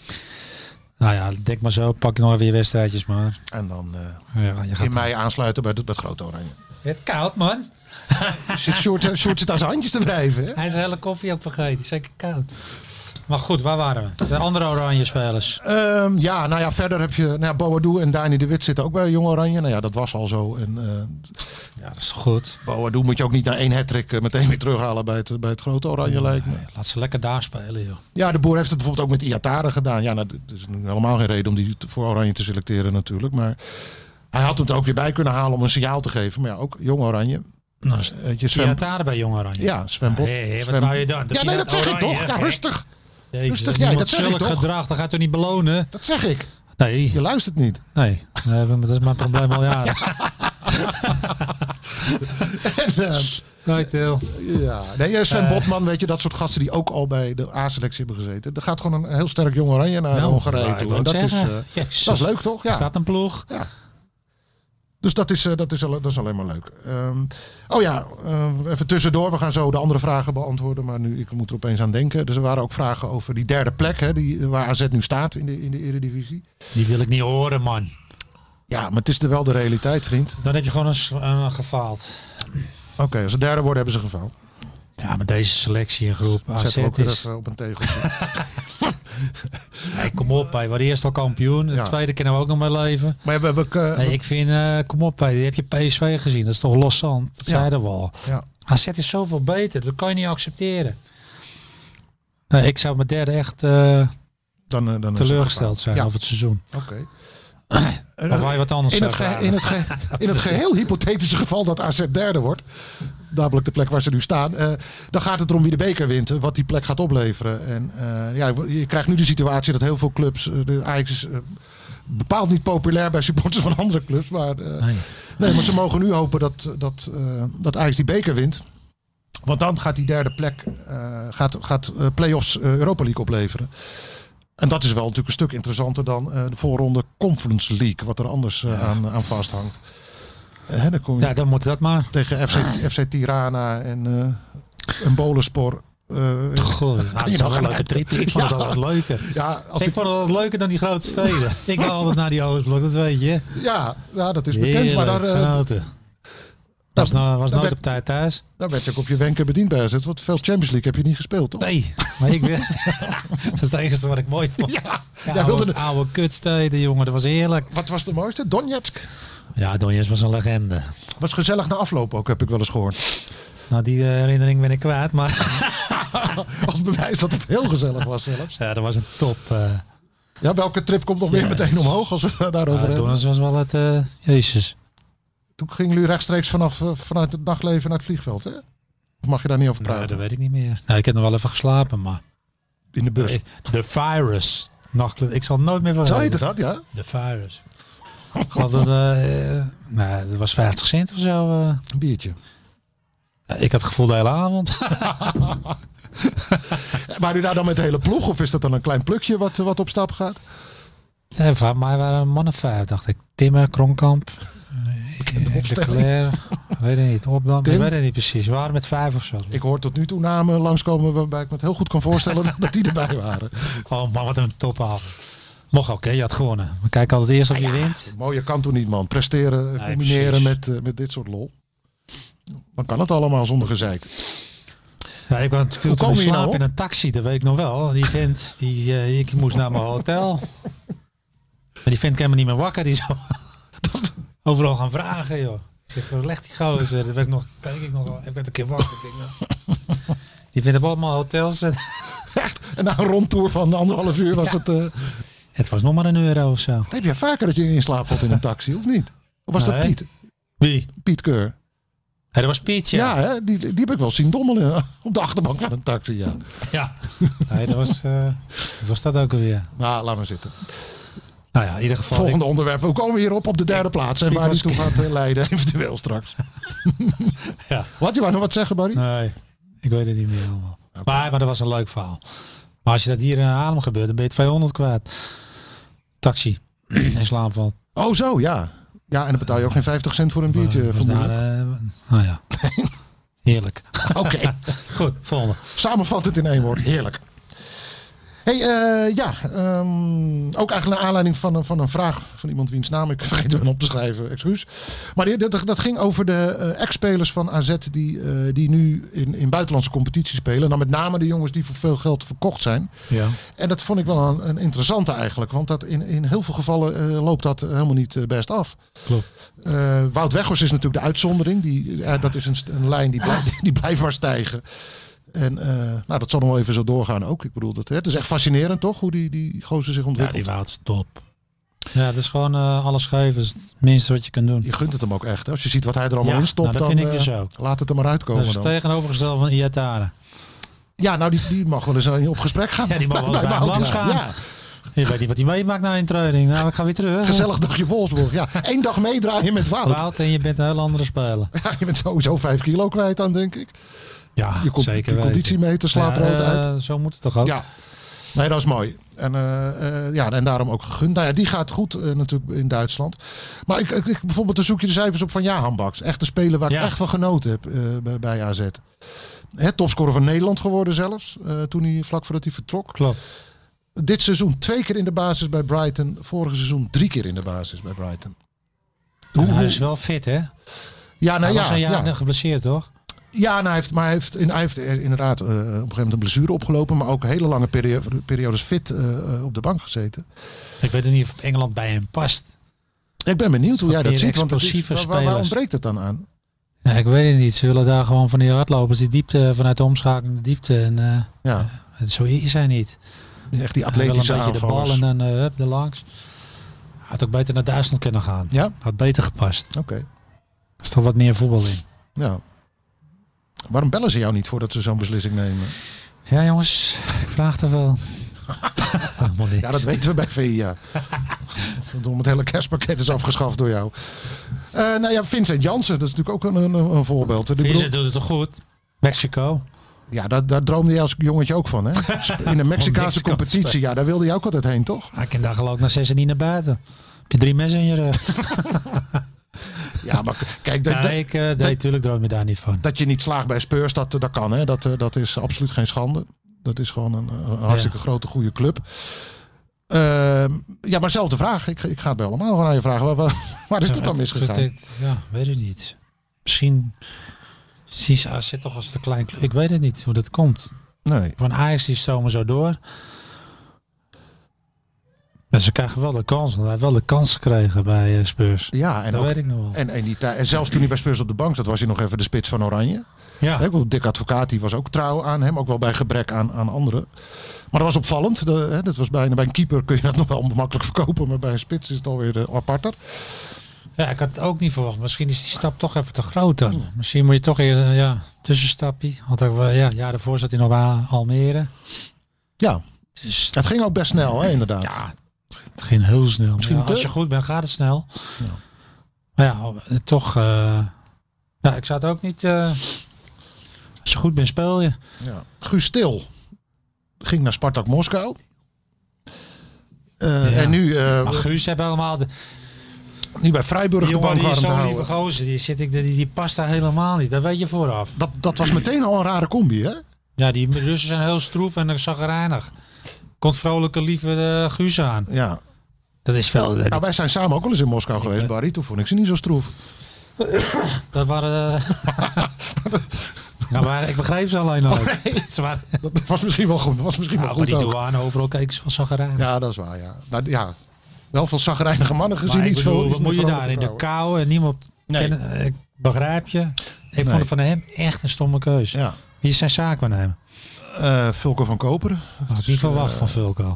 nou ja, denk maar zo. Pak nog even je wedstrijdjes maar. En dan uh, ja, je gaat in mei aansluiten bij het, bij het grote Oranje. Het koud, man. Zit Sjoerd zit aan zijn handjes te wrijven. Hè? Hij is de hele koffie ook vergeten. Zeker koud. Maar goed, waar waren we? De andere Oranje spelers. Um, ja, nou ja, verder heb je... Nou ja, Boadou en Dani de Wit zitten ook bij Jong Oranje. Nou ja, dat was al zo. En, uh, ja, dat is toch goed. Boadou moet je ook niet naar één hat-trick uh, meteen weer terughalen bij het, bij het grote Oranje, nee, lijkt me. Laat ze lekker daar spelen, joh. Ja, de Boer heeft het bijvoorbeeld ook met Iatare gedaan. Ja, nou, er is helemaal geen reden om die voor Oranje te selecteren natuurlijk. Maar hij had hem er ook weer bij kunnen halen om een signaal te geven. Maar ja, ook Jong Oranje. Nou, uh, Iatare bij Jong Oranje. Ja, Sven Bot. Hey, hey, wat wou je dan? Dat ja, nee, dat zeg oranje, ik toch. Ja, rustig. Jezus, rustig jij, dat zeg ik toch. Gedrag, dat gaat u niet belonen. Dat zeg ik. Nee. Je luistert niet. Nee, dat is mijn probleem al jaren. en, uh, Nooit heel. Ja, nee, Sven uh, Botman, weet je, dat soort gasten die ook al bij de A-selectie hebben gezeten. Er gaat gewoon een heel sterk Jong Oranje naar nou, Hongarije toe. En dat is, uh, dat is leuk, toch? Ja. Er staat een ploeg. Ja. Dus dat is, uh, dat, is, dat is alleen maar leuk. Um, oh ja, uh, even tussendoor. We gaan zo de andere vragen beantwoorden. Maar nu, ik moet er opeens aan denken. Dus er waren ook vragen over die derde plek. Hè, die, waar A Z nu staat in de, in de Eredivisie. Die wil ik niet horen, man. Ja, maar het is er wel de realiteit, vriend. Dan heb je gewoon een, een gefaald. Oké, okay, als ze derde worden, hebben ze gefaald. Ja, met deze selectie en groep. Zet er ook is... even op een tegeltje. Nee, kom op, wij waren eerst al kampioen. De ja. tweede kunnen we ook nog mee leven. Maar we, we, uh, nee, ik vind, uh, kom op, die heb je P S V gezien. Dat is toch los zand. Dat ja. zeiden we al. Ja. A Z is zoveel beter. Dat kan je niet accepteren. Nee, ik zou mijn derde echt uh, dan, uh, dan teleurgesteld zijn ja. over het seizoen. Oké. Okay. Of wij wat anders in het, ge- in, het ge- in het geheel hypothetische geval dat A Z derde wordt, namelijk de plek waar ze nu staan, uh, dan gaat het erom wie de beker wint, wat die plek gaat opleveren. En uh, ja, je krijgt nu de situatie dat heel veel clubs, uh, de Ajax is uh, bepaald niet populair bij supporters van andere clubs, maar, uh, nee. nee, maar ze mogen nu hopen dat, dat, uh, dat Ajax die beker wint. Want dan gaat die derde plek uh, gaat, gaat uh, play-offs uh, Europa League opleveren. En dat is wel natuurlijk een stuk interessanter dan uh, de voorronde Conference League, wat er anders uh, ja. aan, aan vasthangt. Uh, dan kom je ja, dan moet dat maar. Tegen F C, F C Tirana en uh, een Bolenspor. Uh, Goh, nou, dat is wel een leuke trip. Ik vond ja. het altijd leuker. Ja, als ik die... vond het altijd leuker dan die grote steden. Ik ga altijd naar die Oostblok, dat weet je. Ja, ja dat is bekend. Heerlijk, maar daar, uh, genoten. Was, nou, was nooit werd, op tijd thuis. Daar werd je ook op je wenken bediend bij gezet. Want veel Champions League heb je niet gespeeld, toch? Nee, maar ik wil. Dat is het enige wat ik mooi vond. Ja, ja, ja, oude, de... oude kutsteden, jongen. Dat was heerlijk. Wat was de mooiste? Donetsk? Ja, Donetsk was een legende. Was gezellig na afloop ook, heb ik wel eens gehoord. Nou, die uh, herinnering ben ik kwijt, maar... Als bewijs dat het heel gezellig was zelfs. Ja, dat was een top... Uh... Ja, welke trip komt nog ja. weer meteen omhoog als we het daarover ja, hebben? Donetsk was wel het... Uh, Jezus. Toen gingen jullie rechtstreeks vanaf, uh, vanuit het nachtleven naar het vliegveld, hè? Of mag je daar niet over praten? Nee, dat weet ik niet meer. Nou, ik heb nog wel even geslapen, maar... In de bus? De Virus. Nachtclub. Ik zal het nooit meer van Zo heette dat, ja? De Virus. Ik geloof dat... Uh, uh, nou, dat was vijftig cent of zo. Uh. Een biertje. Ja, ik had het gevoel de hele avond. Maar u daar dan met de hele ploeg? Of is dat dan een klein plukje wat, wat op stap gaat? Nee, van mij waren een man of vijf, dacht ik. Timmer, Kronkamp... De Leclerc, Weet ik niet. Op dan, Tim? ik weet het niet precies. We waren met vijf of zo. Ik hoor tot nu toe namen langskomen waarbij ik me het heel goed kan voorstellen dat, dat die erbij waren. Oh man, wat een topavond. Mocht oké, je had gewonnen. We kijken altijd eerst of je wint. Mooie kan toch niet, man. Presteren, Nee, combineren precies. met, uh, met dit soort lol. Dan kan het allemaal zonder gezeik. Ja, ik was veel Hoe te komen we hier nou slapen op? in een taxi, dat weet ik nog wel. Die vent, die, uh, ik moest naar mijn hotel. Maar die vent kan me niet meer wakker. Die zou overal gaan vragen, joh. Ik zeg, waar legt die gozer? Dat werd nog, kijk ik nog wel. Ik werd een keer wakker. Ik denk, nou. Die vindt op allemaal hotels. En En na een rondtour van anderhalf uur was Ja. het... Uh, het was nog maar een euro of zo. heb je vaker dat je in slaap valt in een taxi, of niet? Of was dat Nee. Piet? Wie? Piet Keur. Ja, dat was Piet, Ja, ja. hè? Die, die heb ik wel zien dommelen op de achterbank van een taxi, ja. Ja. Nee, dat was, uh, wat was dat ook alweer? Nou, laat maar zitten. Nou ja, in ieder geval. Volgende onderwerp. We komen hierop op de derde plaats. En Piet waar die was- toe gaat uh, leiden, eventueel straks. Ja. Wat, je wou nog wat zeggen, Barry? Nee, ik weet het niet meer allemaal. Maar, maar dat was een leuk verhaal. Maar als je dat hier in Haarlem gebeurt, dan ben je tweehonderd kwijt. Taxi in slaap valt. Oh, zo, ja. Ja, en dan betaal je ook geen vijftig cent voor een biertje. Was vermoedelijk. daar, uh, nou ja. Heerlijk. Oké, Goed, volgende. samenvat het in één woord. Heerlijk. Hey, eh, ja, ehm, ook eigenlijk naar aanleiding van, een- van een vraag van iemand wiens naam ik vergeten ben op te schrijven, excuus. Maar die, dat, dat ging over de eh, ex-spelers van A Z die, eh, die nu in, in buitenlandse competitie spelen. En dan met name de jongens die voor veel geld verkocht zijn. Ja. En dat vond ik wel een, een interessante eigenlijk, want dat in, in heel veel gevallen eh, loopt dat helemaal niet eh, best af. Klopt. Eh, Wout Weghorst is natuurlijk de uitzondering. Die, eh, dat is een, st- een lijn die, blij- die blijft maar stijgen. En eh, nou, dat zal nog wel even zo doorgaan ook. Ik bedoel, dat, hè, het is echt fascinerend toch, hoe die, die gozer zich Ja, ontwikkelt. die Wout is top. Ja, dat is gewoon uh, alles geven. is het minste wat je kan doen. Je gunt het hem ook echt. Hè? Als je ziet wat hij er allemaal Ja, in stopt, nou, dat dan vind ik dus eh, ook. laat het er maar uitkomen. Dat is het Dan. tegenovergestelde van Iatare. Ja, nou die, die mag wel eens eh, op gesprek gaan. Ja, die mag wel bij hem Wout, langs ja. gaan. Ja, Je weet niet wat hij meemaakt na een training. Nou, ik ga weer terug. gezellig dagje Wolfsburg. Ja, één dag meedraaien met Wout. Wout en je bent een heel andere speler. Ja, je bent sowieso vijf kilo kwijt dan, denk ik. Ja, Je, komt, zeker je weten. conditiemeter slaat Ja, rood eh, uit. Zo moet het toch ook? Ja, nee, dat is mooi. En, eh, eh, ja, en daarom ook gegund. Nou ja, die gaat goed eh, natuurlijk in Duitsland. Maar ik, ik, ik- bijvoorbeeld, dan zoek je de cijfers op van Jahan Baks. Echt een speler waar Ja. ik echt van genoten heb eh, bij, bij A Z. Hè, topscorer van Nederland geworden zelfs. eh, toen hij vlak voordat hij vertrok. Klopt. Dit seizoen twee keer in de basis bij Brighton. Vorig seizoen drie keer in de basis bij Brighton. En hij is wel fit, hè? Ja, nou hij ja, was een jaar ja. geblesseerd, toch? Ja, nou, hij heeft, maar hij heeft, in, hij heeft eh, inderdaad eh, op een gegeven moment een blessure opgelopen. Maar ook hele lange perio- periodes fit eh, eh, op de bank gezeten. Ik weet niet of Engeland bij hem past. Ik ben benieuwd hoe jij dat Meer ziet. Want het is, explosieve waar, waar, waar spelers. ontbreekt het dan aan? Ja, ik weet het niet. Ze willen daar gewoon van die hardlopers die diepte, vanuit de omschakeling de diepte. En uh, Ja, uh, zo is hij niet. echt die Hij wil atletische een beetje de aanvallers. bal en dan uh, hup, er langs. Had ook beter naar Duitsland kunnen gaan. Ja, Had beter gepast. oké. Er is toch wat meer voetbal in. Ja. Waarom bellen ze jou niet voordat ze zo'n beslissing nemen? Ja jongens, ik vraag er wel. Helemaal niks. Ja, dat weten we bij V I A. Verdomme, het hele kerstpakket is afgeschaft door jou. Uh, nou ja, Vincent Janssen, dat is natuurlijk ook een, een, een voorbeeld. De Vincent bedoel- doet het toch goed? Mexico. Ja, daar, daar droomde je als jongetje ook van, hè? In de Mexicaanse Mexico te competitie, spelen. ja, daar wilde je ook altijd heen, toch? Hij kan daar geloof ik naar zes en niet naar buiten. Heb je drie messen in je rug? Ja, maar k- kijk, dat, Ja, dat, ik, uh, nee, natuurlijk droom je daar niet van. dat je niet slaagt bij Spurs, dat, dat kan, hè? Dat, eh, dat is absoluut geen schande. Dat is gewoon een, een hartstikke Ja. grote, goede club. Ehm, ja, maar zelfde vraag. Ik, ik ga het bij allemaal gewoon aan je vragen. Waar, waar, waar is Ja, het dan het- misgegaan? het- het- Ja, weet ik niet. Misschien precies A Z toch als te klein club. Ik weet het niet hoe dat komt. Nee. Van Ajax die stomen zo door. En ze krijgen wel de kans. Want hij heeft wel de kans gekregen bij uh, Spurs. Ja, en, Dat ook, weet ik nog wel. en, en, die, tij- en zelfs toen hij bij Spurs op de bank zat, was hij nog even de spits van Oranje. Ja, Hè, ik bedoel, Dick Advocaat die was ook trouw aan hem, ook wel bij gebrek aan, aan anderen. Maar dat was opvallend. De, hè, dat was bijna, bij een keeper kun je dat nog wel makkelijk verkopen, maar bij een spits is het alweer uh, aparter. ja, ik had het ook niet verwacht. Misschien is die stap toch even te groot dan. Misschien moet je toch eerst een ja, tussenstapje. Want ook, wel, ja, ja, daarvoor zat hij nog bij Almere. Ja, Dus het ging ook best snel, hè, inderdaad. ja, het ging heel snel. Misschien Ja, te- als je goed bent, gaat het snel. Ja. Maar ja, toch... Uh, ja, ik zou het ook niet... Uh, als je goed bent, speel je. Ja. Guus Stil ging naar Spartak Moskou. Uh, Ja. En nu... Uh, Maar Guus hebben allemaal... De, Niet bij Freiburg Die de jongen bank die is warm te zo'n lieve houden. gozer. Die, zit ik, die, die past daar helemaal niet. Dat weet je vooraf. Dat, dat was meteen al een rare combi, hè? Ja, die Russen zijn heel stroef en zagrijnig. Komt vrolijke lieve uh, Guus aan. Ja. Dat is veel. Nou, wij zijn samen ook wel eens in Moskou geweest, Barry. Toen vond ik ze niet zo stroef. Dat waren... Uh... nou, maar ik begreep ze alleen al. Oh, nee. Ze waren... Dat was misschien wel goed. Dat was misschien nou, wel goed maar die ook. douane overal keken ze van zagrijnig. Ja, dat is waar, ja. Nou, ja. Wel veel zagrijnige mannen gezien. Maar ik Iets bedoel, veel, wat moet je daar in de kou? kou en niemand Nee. kennen, ik begrijp je. Ik Nee. vond het van hem echt een stomme keus. Ja. Wie is zijn zaakwaarnemer? Uh, Vulko van Koperen. Had ik niet verwacht van Vulko.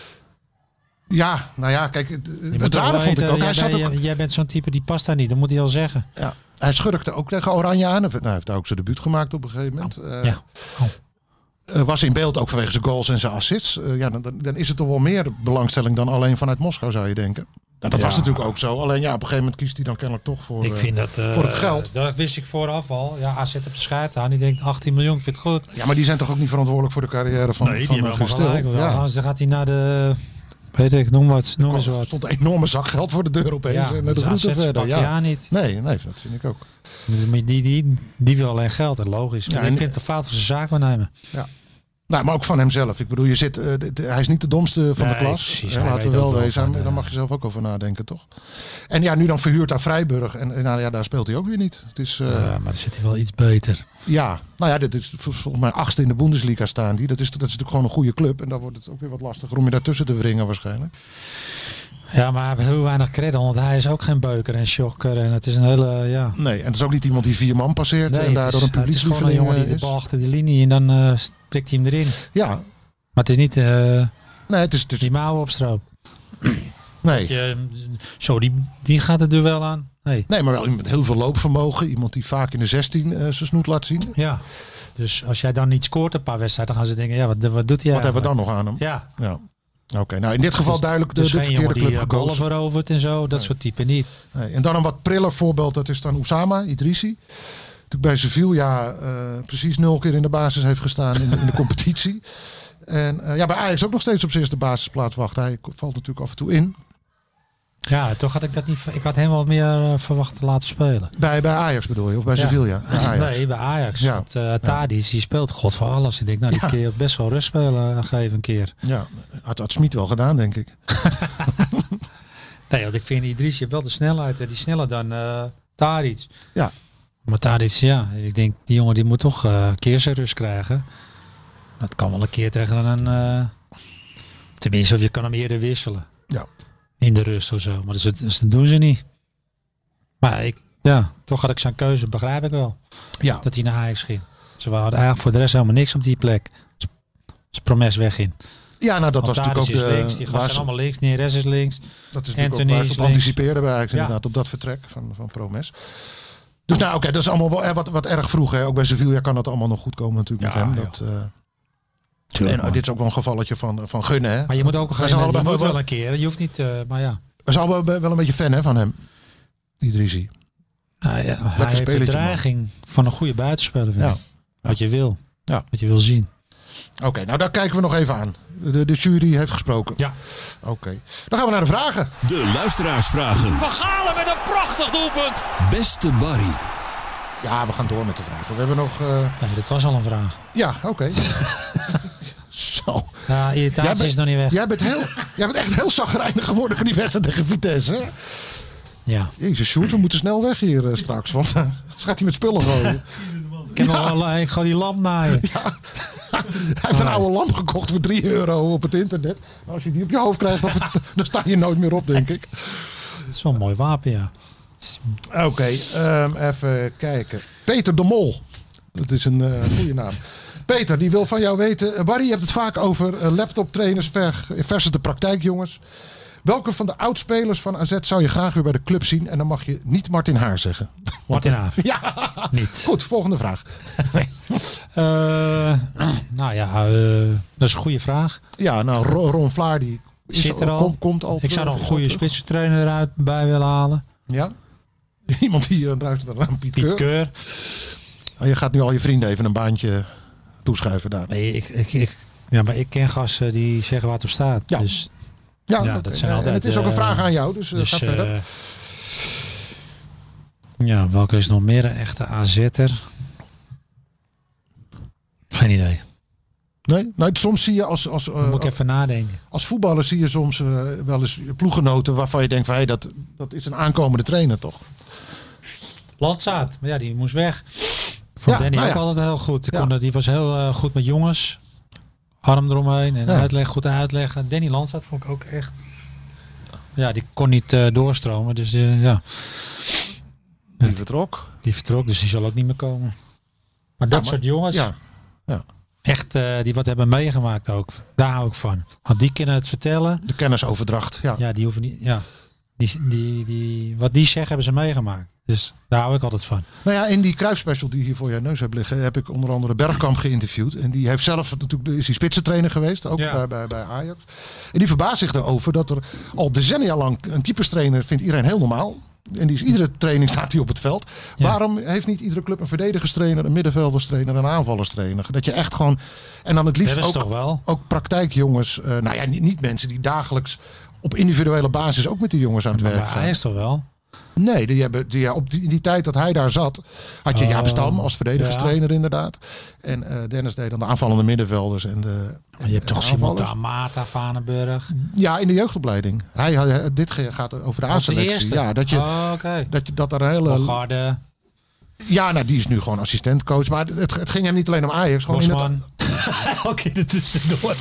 Ja, nou ja, kijk, het, Je het moet rare toch vond ik weten, ook. Hij, jij, zat bent- ook jij- jij bent zo'n type die past daar niet. Dat moet hij al zeggen. ja, hij schurkte ook tegen Oranje aan. Nou, hij heeft daar ook zijn debuut gemaakt op een gegeven moment. Uh, Ja. Oh. uh, was in beeld ook vanwege zijn goals en zijn assists. Uh, ja, dan, dan- dan is het toch wel meer belangstelling dan alleen vanuit Moskou, zou je denken. Nou, dat Ja. was natuurlijk ook zo. Alleen ja, op een gegeven moment kiest hij dan kennelijk toch voor... Ik uh, vind dat... uh, voor het geld. Dat wist ik vooraf al. Ja, A Z op de schuit aan. Die denkt achttien miljoen, ik vind het goed. Ja, maar die zijn toch ook niet verantwoordelijk voor de carrière van, van uh, Guus Til? Ja. Anders dan gaat hij naar de... Weet ik, noem wat. Noem eens Er wat. stond een enorme zak geld voor de deur opeens. Ja, en de dus groeten A Z verder. pak je Ja. aan niet. Nee, nee, dat vind ik ook. Die, die, die, die wil alleen geld, en logisch. Maar Ja, en- ik vind het een fout van zijn zaakwaarnemer. Nou, maar ook van hemzelf. Ik bedoel, je zit, uh, de- de- hij is niet de domste van Nee, de klas. precies. Hè, Hij laten we weet wel ook wel wezen. van, Daar uh, mag je zelf ook over nadenken, toch? En ja, nu dan verhuurd aan Freiburg. En, en nou, ja, daar speelt hij ook weer niet. Het is, uh, Ja, maar dan zit hij wel iets beter. ja, nou ja, dit is vol- volgens mij achtste in de Bundesliga staan die. Dat is, dat is natuurlijk gewoon een goede club. En dan wordt het ook weer wat lastiger om je daartussen te wringen waarschijnlijk. Ja, maar hij heeft heel weinig credit, want hij is ook geen beuker en shocker. En het is een hele, ja... Nee, en het is ook niet iemand die vier man passeert. Nee, en het daardoor is, een het is gewoon een publiekslieveling jongen die uh, de is. bal achter de linie en dan uh, prikt hij hem erin. Ja, Maar het is niet uh, nee, het is... Het is die mouwen op stroop. nee. Je, zo, die, die gaat het duel aan. Nee. nee, maar wel iemand met heel veel loopvermogen. Iemand die vaak in de zestien uh, zijn snoet laat zien. Ja. Dus als jij dan niet scoort een paar wedstrijden, dan gaan ze denken, ja, wat, wat doet hij Wat hebben we eigenlijk? dan nog aan hem? Ja. Ja. Oké, nou in dit geval duidelijk de, Dus de geen verkeerde jongen die club uh, ballen gekozen. verovert en zo, dat soort type niet. Nee, en dan een wat priller voorbeeld, dat is dan Oussama Idrissi. Natuurlijk bij Sevilla uh, precies nul keer in de basis heeft gestaan in, in de competitie. En uh, ja, bij Ajax ook nog steeds op zijn eerste basisplaats wacht. Hij valt natuurlijk af en toe in. Ja, toch had ik dat niet. ver- Ik had hem wel meer uh, verwacht te laten spelen. Bij, bij Ajax bedoel je, of bij Ja. Sevilla? Bij Ajax. Nee, bij Ajax. Ja. Want uh, Tadic, die speelt god voor alles. Ik denk, nou, die Ja. kun je best wel rust spelen uh, geven een keer. Ja, had, had Smit wel gedaan, denk ik. Nee, want ik vind Idris, je hebt wel de snelheid. hè, Die sneller dan uh, Tadic. Ja. Maar Tadic, ja, ik denk, die jongen die moet toch uh, een keer zijn rust krijgen. Dat kan wel een keer tegen een... Uh, tenminste, of je kan hem eerder wisselen. Ja. In de rust of zo. Maar dat, dus dat doen ze niet. Maar ik, ja, toch had ik zijn keuze, begrijp ik wel. Ja, Dat hij naar Ajax ging. Ze hadden eigenlijk voor de rest helemaal niks op die plek. Ze Promes wegging. ja nou dat was Want natuurlijk ook Tadic de... is links, die waar gasten ze- zijn allemaal links, Neres is links. Dat is natuurlijk Anthony ook waar is ze op links. anticipeerden bij Ajax Ja. inderdaad, op dat vertrek van, van Promes. Dus nou oké, dat is allemaal wel eh, wat, wat erg vroeg. Hè. Ook bij Sevilla kan dat allemaal nog goed komen natuurlijk Ja, met hem. ja. Dat, uh, en, nou, dit is ook wel een gevalletje van, van gunnen. Hè. Maar je moet ook We een zijn je allebei moet wel, wel een keer. Je hoeft niet, uh, maar ja. we zijn allebei wel een beetje fan hè, van hem. Idrissi. Nou, ja hij heeft de spelletje, dreiging van een goede buitenspeler. Vind Ja. ik. Wat je wil. Ja. Wat je wil zien. Oké, nou daar kijken we nog even aan. De, de jury heeft gesproken. Ja. Oké, dan gaan we naar de vragen. De luisteraarsvragen. Van Galen met een prachtig doelpunt. Beste Barry. Ja, we gaan door met de vragen. We hebben nog... Uh, Nee, dat was al een vraag. ja, oké. Zo. Ja, irritatie Jij bent- is nog niet weg. Jij bent, heel, jij bent echt heel chagrijnig geworden van die wedstrijd tegen Vitesse. Hè? Ja. Jezus, Sjoerd, we moeten snel weg hier uh, straks. Want uh, straks gaat hij met spullen gooien. Ik, heb nog wel, ik ga die lamp naaien. Hij heeft een oude lamp gekocht voor drie euro op het internet. Nou, als je die op je hoofd krijgt, dan, dan sta je nooit meer op, denk ik. Dat is wel een mooi wapen, ja. Oké, okay, um, even kijken. Peter de Mol. Dat is een uh, goede naam. Peter, die wil van jou weten. Uh, Barry, je hebt het vaak over uh, laptoptrainers ver, versus de praktijkjongens. Welke van de oudspelers van A Z zou je graag weer bij de club zien? En dan mag je niet Martin Haar zeggen. Martin Haar. Ja, Niet. goed. Volgende vraag. Uh, nou ja, uh, dat is een goede vraag. Ja, nou, Ron, Ron Vlaar die is, Zit er al. Komt, komt al. Ik zou nog een is goede al terug. spitsentrainer eruit bij willen halen. Ja? Iemand die uh, luistert naar Piet, Piet Keur. Keur. Oh, je gaat nu al je vrienden even een baantje toeschuiven daar. Nee, ik, ik, ik, ja, maar ik ken gasten die zeggen waar het op staat. Ja. Dus, Ja, Ja, oké. dat zijn En altijd, het is ook een uh, vraag aan jou, dus, uh, dus ga verder. uh, Ja, welke is nog meer een echte A Z'er? Geen idee. Nee? Nou, soms zie je als, als, uh, Moet ik even nadenken. als voetballer zie je soms uh, wel eens ploeggenoten waarvan je denkt van hey, dat, dat is een aankomende trainer toch? Landzaat, maar ja, die moest weg. Vond Ja, Danny nou ook ja. altijd heel goed. Die, Ja. kon, die was heel uh, goed met jongens. Arm eromheen en Ja. uitleg, goed uitleggen. Danny Landzaat vond ik ook echt... Ja, die kon niet uh, doorstromen. Dus uh, ja, Die vertrok. die vertrok. Dus die zal ook niet meer komen. Maar dat maar- soort jongens... Ja. Echt, uh, die wat hebben meegemaakt ook. Daar hou ik van. Want die kunnen het vertellen. De kennisoverdracht. Ja. Ja, die hoeven niet... Ja. Die, die, die, wat die zeggen hebben ze meegemaakt. Dus daar hou ik altijd van. Nou ja, in die Cruijff-special die hier voor je neus hebt liggen, heb ik onder andere Bergkamp geïnterviewd. En die heeft zelf natuurlijk, is die spitsentrainer geweest, ook Ja. bij, bij, bij Ajax. En die verbaast zich erover dat er al decennia lang een keeperstrainer vindt iedereen heel normaal. En die is iedere training staat hij op het veld. Ja. Waarom heeft niet iedere club een verdedigerstrainer, een middenvelderstrainer, een aanvallerstrainer? Dat je echt gewoon, en dan het liefst Dat is ook, toch wel? ook praktijkjongens, uh, nou ja, niet, niet mensen die dagelijks op individuele basis ook met die jongens aan het werk Maar gaan. hij is toch wel? Nee, die hebben, die, op die, in die tijd dat hij daar zat, had je Oh, Jaap Stam als verdedigingstrainer inderdaad. En uh, Dennis deed dan de aanvallende middenvelders. En de, Maar je hebt en toch de Simon aanvallers. Amata, Vanenburg. Ja, in de jeugdopleiding. Hij, hij, dit gaat over de Op de A-selectie. eerste? Ja, dat je, Oh, oké. dat je dat er een hele. Bogarde, Ja, nou, die is nu gewoon assistentcoach. Maar het, het ging hem niet alleen om Ajax. Gewoon in het, Bosman. Elke keer ertussendoor.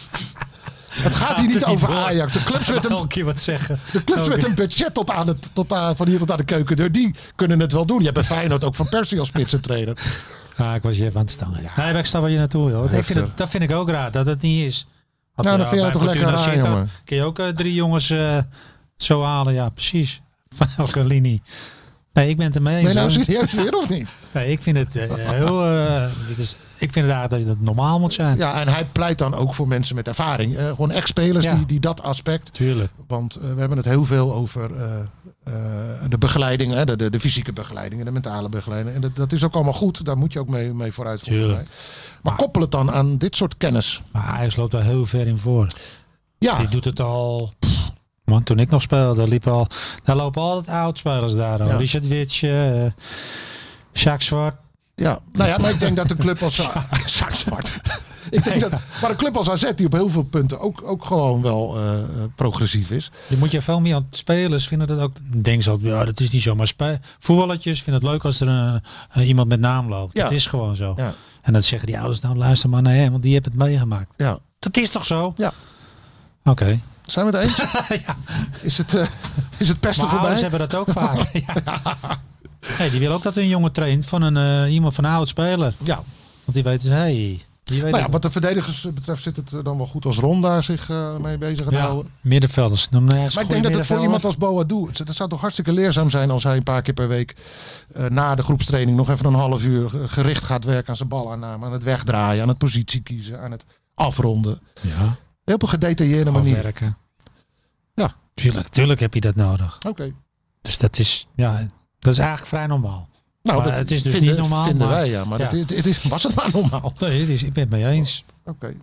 het gaat hier niet het niet over door. Ajax. De clubs met een, Elke keer wat zeggen. de clubs Elke- met een budget tot aan het, tot aan, van hier tot aan de keukendeur, die kunnen het wel doen. Je hebt bij Feyenoord ook Van Persie als spitsentrainer. Ah, ik was je even aan het staan. Nee, maar ik sta waar je naartoe wil. Ik Heftig. vind het, dat vind ik ook raar, dat het niet is. Had, Nou, dan vind jij bij toch lekker Fortuna raar, Sittard jongen. kun je ook uh, drie jongens uh, zo halen. Ja, precies. Van elke linie. Nee, ik ben het ermee eens. Ben je nou hoor. serieus weer of niet? Nee, ik vind het uh, heel... Uh, dit is, ik vind het eigenlijk dat het normaal moet zijn. Ja, en hij pleit dan ook voor mensen met ervaring. Uh, gewoon ex-spelers Ja. die, die dat aspect. Tuurlijk. Want uh, we hebben het heel veel over uh, uh, de begeleiding, hè, de, de, de fysieke begeleiding en de mentale begeleiding. En dat, dat is ook allemaal goed. Daar moet je ook mee, mee vooruit volgens mij. Tuurlijk. Maar koppel het dan aan dit soort kennis. Maar Ajax loopt daar heel ver in voor. Ja, Die doet het al... pff, man, toen ik nog speelde, liep al... Daar lopen altijd oudspelers daar. Ja. Richard Witsje, uh, Jacques Zwart. ja. Nou ja, maar ik denk dat een club als Zak Zwart. Ik denk dat, maar een club als A Z die op heel veel punten ook, ook gewoon wel uh, progressief is. Je moet je veel meer aan spelers vinden dat ook. Denk ze altijd, ja, dat is niet zo. Maar spe- voetballertjes vinden het leuk als er een, uh, iemand met naam loopt. Ja. Dat is gewoon zo. Ja. En dan zeggen die ouders, nou luister maar naar hem, want die heeft het meegemaakt. Ja. Dat is toch zo? Ja. Oké. Okay. Zijn we het eens? Ja. Is het, uh, is het pesten Maar voorbij? ouders hebben dat ook vaak. Ja. Hey, die wil ook dat een jongen traint van een, uh, iemand van een oud speler. Ja. Want die weten, hey, die weet Nou ja, ook- wat de verdedigers betreft zit het dan wel goed als Ron daar zich uh, mee bezig gaat ja, houden. middenvelders. Dan, uh, Maar ik denk dat het voor iemand als Boadu, het zou toch hartstikke leerzaam zijn als hij een paar keer per week uh, na de groepstraining nog even een half uur gericht gaat werken aan zijn balaanname, aan het wegdraaien, aan het positie kiezen, aan het afronden. Ja, Heel op een gedetailleerde manier. Oké. afwerken. Ja. Tuurlijk, tuurlijk heb je dat nodig. Okay. Dus dat is, ja, dat is eigenlijk vrij normaal. Nou, Maar dat het is dus vinden, niet normaal, vinden maar- wij, ja. Maar Ja. Het, het, het is, was het maar normaal. Nee, het is, ik ben het mee eens. Oké. Okay.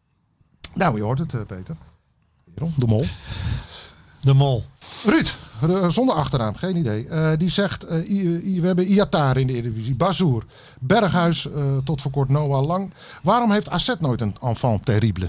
Nou, je hoort het, uh, Peter. Jeroen, de mol. De Mol. Ruud, uh, zonder achternaam, geen idee. Uh, die zegt, uh, I, I, we hebben Iatar in de Eredivisie, Bazoer, Berghuis, uh, tot voor kort Noah Lang. Waarom heeft A Z nooit een enfant terrible?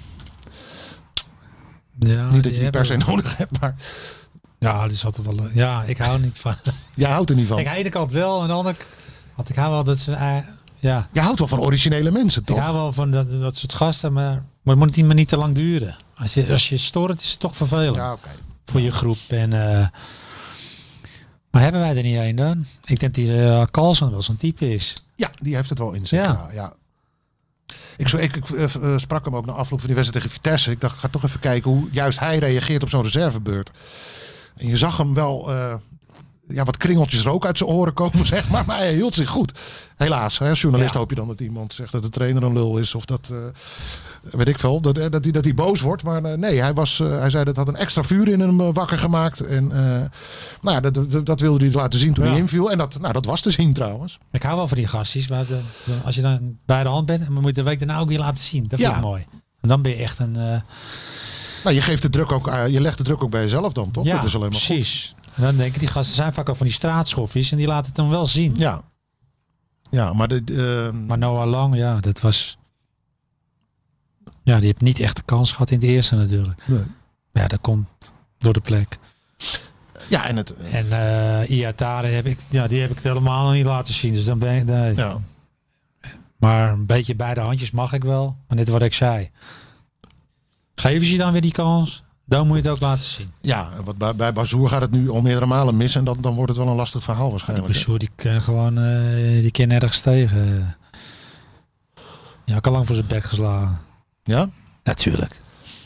Ja, Niet dat je die die per se hebben- nodig hebt, maar Ja, die zat er wel. uh, Ja, ik hou niet van. jij houdt er niet van. Kijk, aan de ene kant wel, en de andere kant. Want ik hou wel dat ze. Uh, ja, Je houdt wel van originele mensen, ik toch? hou wel van dat, dat soort gasten, maar, maar het moet niet, maar niet te lang duren. Als je, als je stoort, is het toch vervelend Ja, oké. voor je groep. En, uh, maar hebben wij er niet één dan? Ik denk dat die uh, Carlsen wel zo'n type is. Ja, die heeft het wel in zich. Ja. Ja. Ja, Ik, ik, ik uh, sprak hem ook na afloop van die wedstrijd tegen Vitesse. Ik dacht, ik ga toch even kijken hoe juist hij reageert op zo'n reservebeurt. En je zag hem wel uh, ja, wat kringeltjes rook uit zijn oren komen, zeg maar. Maar hij hield zich goed. Helaas, hè, als journalist Ja. hoop je dan dat iemand zegt dat de trainer een lul is. Of dat, uh, weet ik veel, dat, dat, hij, dat hij boos wordt. Maar uh, nee, hij, was, uh, hij zei dat had een extra vuur in hem uh, wakker gemaakt. En uh, nou ja, dat, dat, dat wilde hij laten zien toen Ja. hij inviel. En dat, nou, dat was te zien trouwens. Ik hou wel van die gastjes, maar de, de- als je dan bij de hand bent, dan moet je de week daarna ook weer laten zien. Dat vind Ja. ik mooi. En dan ben je echt een. Uh, Nou, je geeft de druk ook, uh, je legt de druk ook bij jezelf dan, toch? ja, dat is alleen maar goed. precies. En dan denk ik, die gasten zijn vaak al van die straatschoffies en die laten het dan wel zien. Ja. Ja, maar de... Uh... Maar Noah Lang, ja, dat was... Ja, die heeft niet echt de kans gehad in de eerste natuurlijk. Nee. Ja, dat komt door de plek. Ja, en het... En uh, Iatare heb ik, ja, die heb ik het helemaal nog niet laten zien. Dus dan ben ik... Nee. Ja. Maar een beetje beide handjes mag ik wel. Maar net wat ik zei. Geven ze je dan weer die kans? Dan moet je het ook laten zien. Ja, wat bij, bij Bazoer gaat het nu al meerdere malen mis. En dan, dan wordt het wel een lastig verhaal waarschijnlijk. Bazoer die kan gewoon... Uh, die kan nergens tegen. Ja, ik al lang voor zijn bek geslagen. Ja? Natuurlijk.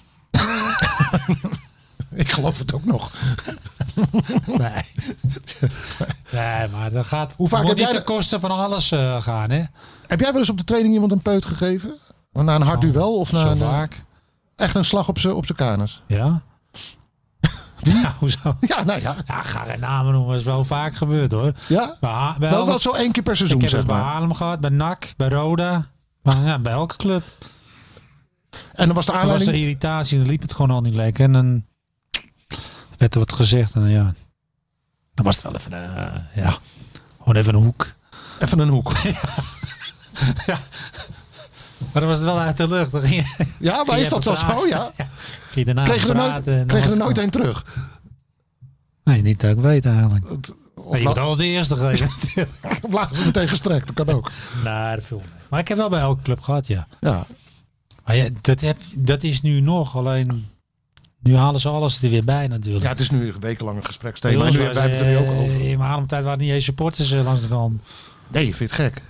Ik geloof het ook nog. Nee. Nee, maar dat gaat... Hoe vaak moet heb niet jij de de... kosten van alles uh, gaan, hè? Heb jij wel eens op de training iemand een peut gegeven? Na een hard duel? Of na Zo een, vaak. Echt een slag op zijn op zijn kanus? Ja. Ja, hoezo? Ja, nou ja. Ja, ga geen namen noemen. Dat is wel vaak gebeurd, hoor. Ja? Bij ha- bij Wel, elke- wel zo één keer per seizoen, ik heb zeg het bij maar. Haarlem gehad, bij N A C, bij Roda. Maar ja, bij elke club. En dan was de Dan was aanleiding... er irritatie, dan liep het gewoon al niet lekker. En dan werd er wat gezegd. En dan, ja, dan was het wel even, uh, ja, gewoon even een hoek. Even een hoek. Ja. Maar dan was het wel uit de lucht. Dan ging je, Ja, maar ging je is dat even zo? praten. Ja. Ja. Ging je daarna Kreeg je er nooit, praten en dan kreeg je was er het nooit gewoon- een terug? Nee, niet dat ik weet eigenlijk. Het- Of Nee, je moet la- al de eerste geven. of lagen we meteen gestrekt, dat kan ook. Nee, dat viel mee. Maar ik heb wel bij elke club gehad, ja. Ja. Maar ja, dat, heb, dat is nu nog. Alleen, nu halen ze alles er weer bij natuurlijk. Ja, het is nu een wekenlang een gespreksthema. Bij En ons nu was, hebben we het er nu ook eh, over. In mijn Haarlemtijd waren niet eens supporters eh, langs de kant. Nee, je vindt het gek.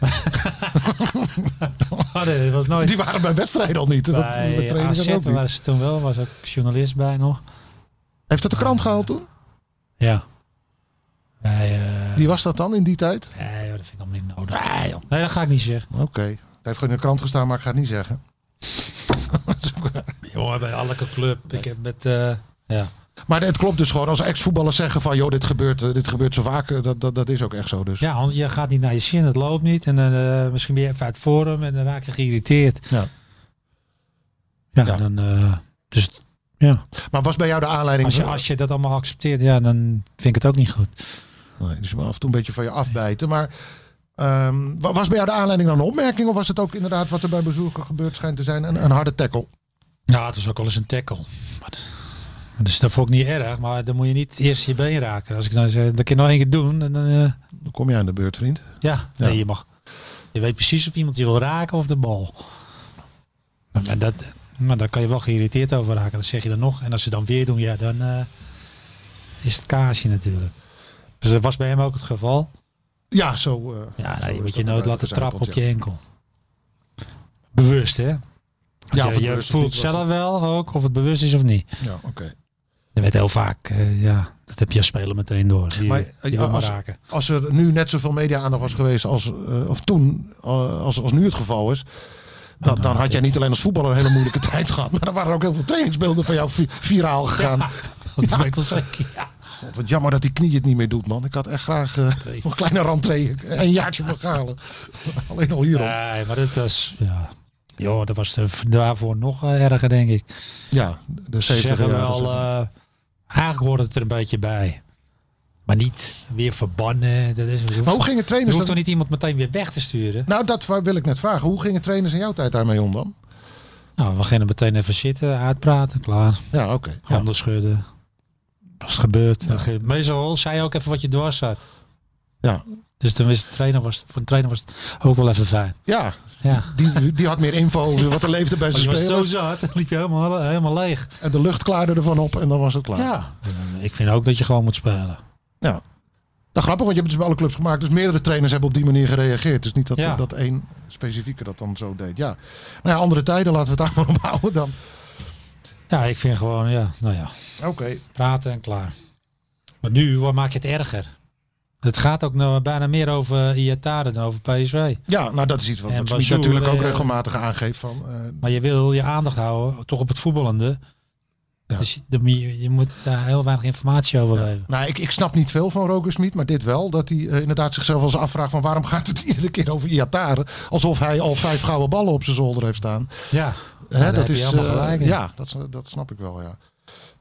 Oh, nee, dat was nooit. Die waren bij wedstrijden al niet. Dat, Bij bij trainingen A Z ook niet. waren ze toen wel. Was ook journalist bij nog. Heeft dat de krant gehaald toen? Ja. Bij, eh, Wie was dat dan in die tijd? nee, joh, dat vind ik allemaal niet nodig. Nee, joh. Nee, dat ga ik niet zeggen. Oké. Het heeft gewoon in de krant gestaan, maar ik ga het niet zeggen. Jongen, bij elke club. Ik heb met... eh, ja. Maar het klopt dus gewoon. Als ex-voetballers zeggen van... joh, dit gebeurt, eh, dit gebeurt zo vaak. eh, Dat, dat, dat is ook echt zo dus. Ja, want je gaat niet naar je zin, het loopt niet. En dan eh, misschien ben je even uit het forum en dan raak je geïrriteerd. Ja. Ja, Ja. dan... eh, dus ja, Maar was bij jou de aanleiding... als je, als je dat allemaal accepteert, ja, dan vind ik het ook niet goed. Nee, dus je moet af en toe een beetje van je afbijten. Maar ehm, wa- was bij jou de aanleiding dan een opmerking? Of was het ook inderdaad wat er bij bezoeken gebeurd schijnt te zijn? Een, een harde tackle? Nou, het was ook wel eens een tackle. Maar, dus dat vond ik niet erg, maar dan moet je niet eerst je been raken. Als ik dan zeg, dat kan je nog één keer doen. En dan, eh, Dan kom jij aan de beurt, vriend. ja, Ja. nee, je mag. Je weet precies of iemand je wil raken of de bal. Maar, dat, maar daar kan je wel geïrriteerd over raken. Dat zeg je dan nog. En als ze dan weer doen, ja, dan uh, is het kaasje natuurlijk. Dus dat was bij hem ook het geval. Ja, zo... Uh, Ja, zo nee, is je moet dat je nooit uit laten de trappen op zijpot, je enkel. Bewust, hè? Ja, Ja, of het je bewust voelt niet was. zelf wel ook of het bewust is of niet. Ja, oké. Dat werd heel vaak, uh, ja, dat heb je als speler meteen door. Die, Maar, die ja, wil maar als- raken. Als er nu net zoveel media-aandacht was geweest als, uh, of toen, uh, als, als nu het geval is... Dan, dan had jij niet alleen als voetballer een hele moeilijke tijd gehad. Maar er waren ook heel veel trainingsbeelden van jou vi- viraal gegaan. Dat Ja. weet ik wel zeker. Ja. God, wat jammer dat die knie het niet meer doet, man. Ik had echt graag uh, nog een kleine rentree. Een jaartje van Galen. Alleen al hierom. Nee, maar dat was, ja, joh, dat was de, daarvoor nog uh, erger, denk ik. Ja, de Ze zeventig zeggen jaar. wel, zeg maar. uh, eigenlijk hoort het er een beetje bij. Maar niet weer verbannen. Dat is, je hoeft, Maar hoe gingen je trainers... hoeft dan- toch niet iemand meteen weer weg te sturen? Nou, dat wil ik net vragen. Hoe gingen trainers in jouw tijd daarmee om dan? Nou, we gingen meteen even zitten, uitpraten, klaar. Ja, oké. Ja. Handen schudden. Als het gebeurt. Ja. Meestal zei je ook even wat je dwars zat. Ja. Dus dan was de trainer, was, voor een trainer was het ook wel even fijn. Ja, Ja. die, die had meer info over wat er leefde bij zijn Als je was zo spelers. zat, dan liep je helemaal, helemaal leeg. En de lucht klaarde ervan op en dan was het klaar. Ja. Ik vind ook dat je gewoon moet spelen. Ja. Nou, grappig, want je hebt het dus bij alle clubs gemaakt. Dus meerdere trainers hebben op die manier gereageerd. Dus niet dat, Ja. dat één specifieke dat dan zo deed. Ja. Nou ja, andere tijden, laten we het daar maar op houden dan. Ja, ik vind gewoon, ja, nou ja, Oké. praten en klaar. Maar nu wat maak je het erger. Het gaat ook nou bijna meer over Iatare dan over P S V. Ja, nou dat is iets wat, En wat Smit Bazoer, natuurlijk ook eh, regelmatig aangeeft. Van, eh, Maar je wil je aandacht houden, toch op het voetballende. Ja. Dus je, de- je, je moet daar heel weinig informatie over geven. nou, ik, ik snap niet veel van Roger Smit, maar dit wel. Dat hij eh, inderdaad zichzelf wel eens afvraagt van waarom gaat het iedere keer over Iatare? Alsof hij al vijf gouden ballen op zijn zolder heeft staan. Ja, Hè, daar dat heb je is helemaal eh, gelijk in. ja, dat, dat snap ik wel, ja.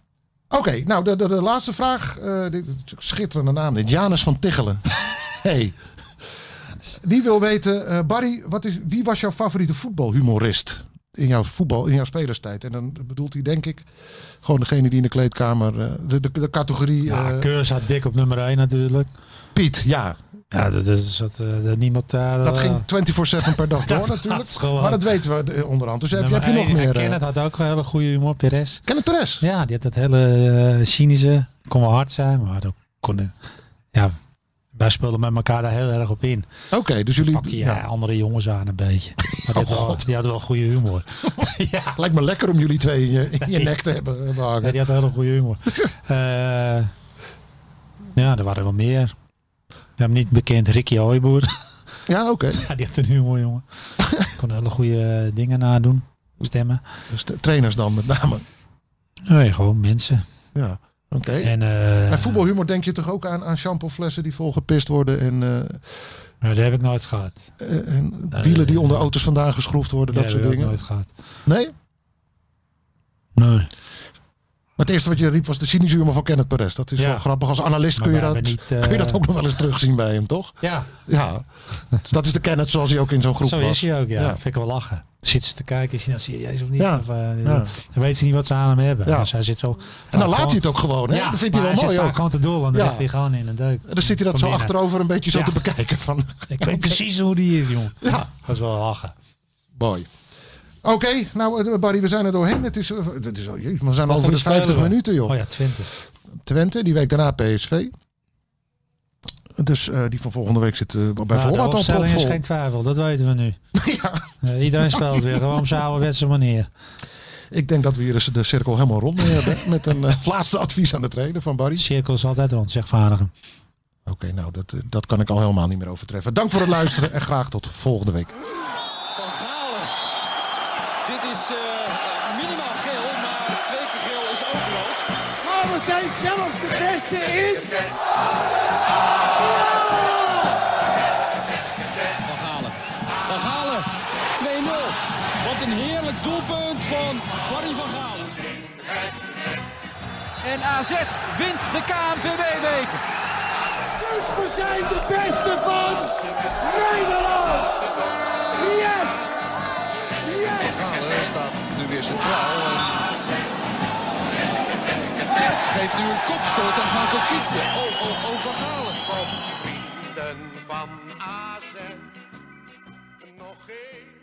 Oké, nou de, de, de laatste vraag. Uh, de, de schitterende naam dit. Janus van Tichelen. Hey. Die wil weten, uh, Barry, wat is, wie was jouw favoriete voetbalhumorist in jouw voetbal, in jouw spelerstijd? En dan bedoelt hij denk ik gewoon degene die in de kleedkamer, uh, de, de, de categorie... Ja, uh, Keur staat dik op nummer één natuurlijk. Piet, ja. Ja, dat is dat, uh, dat niemand... Uh, dat ging vierentwintig zeven per dag door dat natuurlijk. gewoon. Maar dat weten we onderhand. Dus heb, heb je nog één, meer... Uh, Kenneth had ook een hele goede humor, Perez. Kenneth Perez? Ja, die had dat hele uh, cynische. Kon wel hard zijn, maar dat kon... Ja, wij speelden met elkaar daar heel erg op in. Oké, okay, dus jullie... Pak je ja, ja. andere jongens aan een beetje. Maar oh, wel, die hadden wel goede humor. Ja. Lijkt me lekker om jullie twee in je, in je nee. nek te hebben. Ja, die had een hele goede humor. uh, ja, er waren wel meer. We hebben niet bekend Ricky Hooiboer. Ja, oké. Okay. Ja, die had een humor, jongen. Kon hele goede uh, dingen nadoen. Stemmen. Dus de trainers dan met name? Nee, gewoon mensen. Ja. Oké. Okay. En, uh, en voetbalhumor denk je toch ook aan, aan shampooflessen die vol gepist worden en... Uh, nou, dat heb ik nooit gehad. Uh, en wielen die onder auto's vandaan geschroefd worden, dat, dat soort dingen. Dat heb ik nooit gehad. Nee? Nee. Maar het eerste wat je riep was de cynische humor van Kenneth Perez. Dat is ja. wel grappig. Als analist kun je, dat, niet, uh... kun je dat ook nog wel eens terugzien bij hem, toch? Ja. Ja. Dus dat is de Kenneth zoals hij ook in zo'n groep Zo was. Zo is hij ook, ja. ja. Vind ik wel lachen. Zit ze te kijken, is hij nou serieus of niet? Ja. Of, uh, ja. Dan weet ze niet wat ze aan hem hebben. Ja. Dus hij zit zo... En dan laat hij het ook gewoon, hè? Ja, dat vindt hij wel hij mooi ook. ook. gewoon te doel en dan ja. ligt hij gewoon in een deuk. En dan zit hij dat zo binnen. achterover een beetje zo ja. te bekijken. Van, ik weet precies hoe die is, jongen. Ja. Dat is wel lachen. Mooi. Oké, okay, nou Barry, we zijn er doorheen. Het is, het is, we zijn al over de vijftig minuten, joh. Oh ja, twintig. Twente, die week daarna P S V. Dus uh, die van volgende week zit uh, bij nou, Voorlaat al propvol. De opstelling is geen twijfel, dat weten we nu. Ja. Uh, iedereen speelt weer, gewoon op zijn ouderwetse manier. Ik denk dat we hier de cirkel helemaal rond hebben. Met een uh, laatste advies aan de trainer van Barry. De cirkel is altijd rond, zegt Vaardigen. Oké, okay, nou dat, dat kan ik al helemaal niet meer overtreffen. Dank voor het luisteren en graag tot volgende week. Van Galen. Dit is uh, minimaal geel, maar twee keer geel is ook rood. Maar we zijn zelfs de beste in. Van Galen. Van Galen. twee nul. Wat een heerlijk doelpunt van Barry van Galen. En A Z wint de K N V B-beker. Dus we zijn de beste van Nederland. Yes! Yes! Galen staat nu weer centraal. En geeft nu een kopstoot aan Gaan Kokitsen. Oh, oh, oh, Van Galen. Vrienden van A Z. Nog één.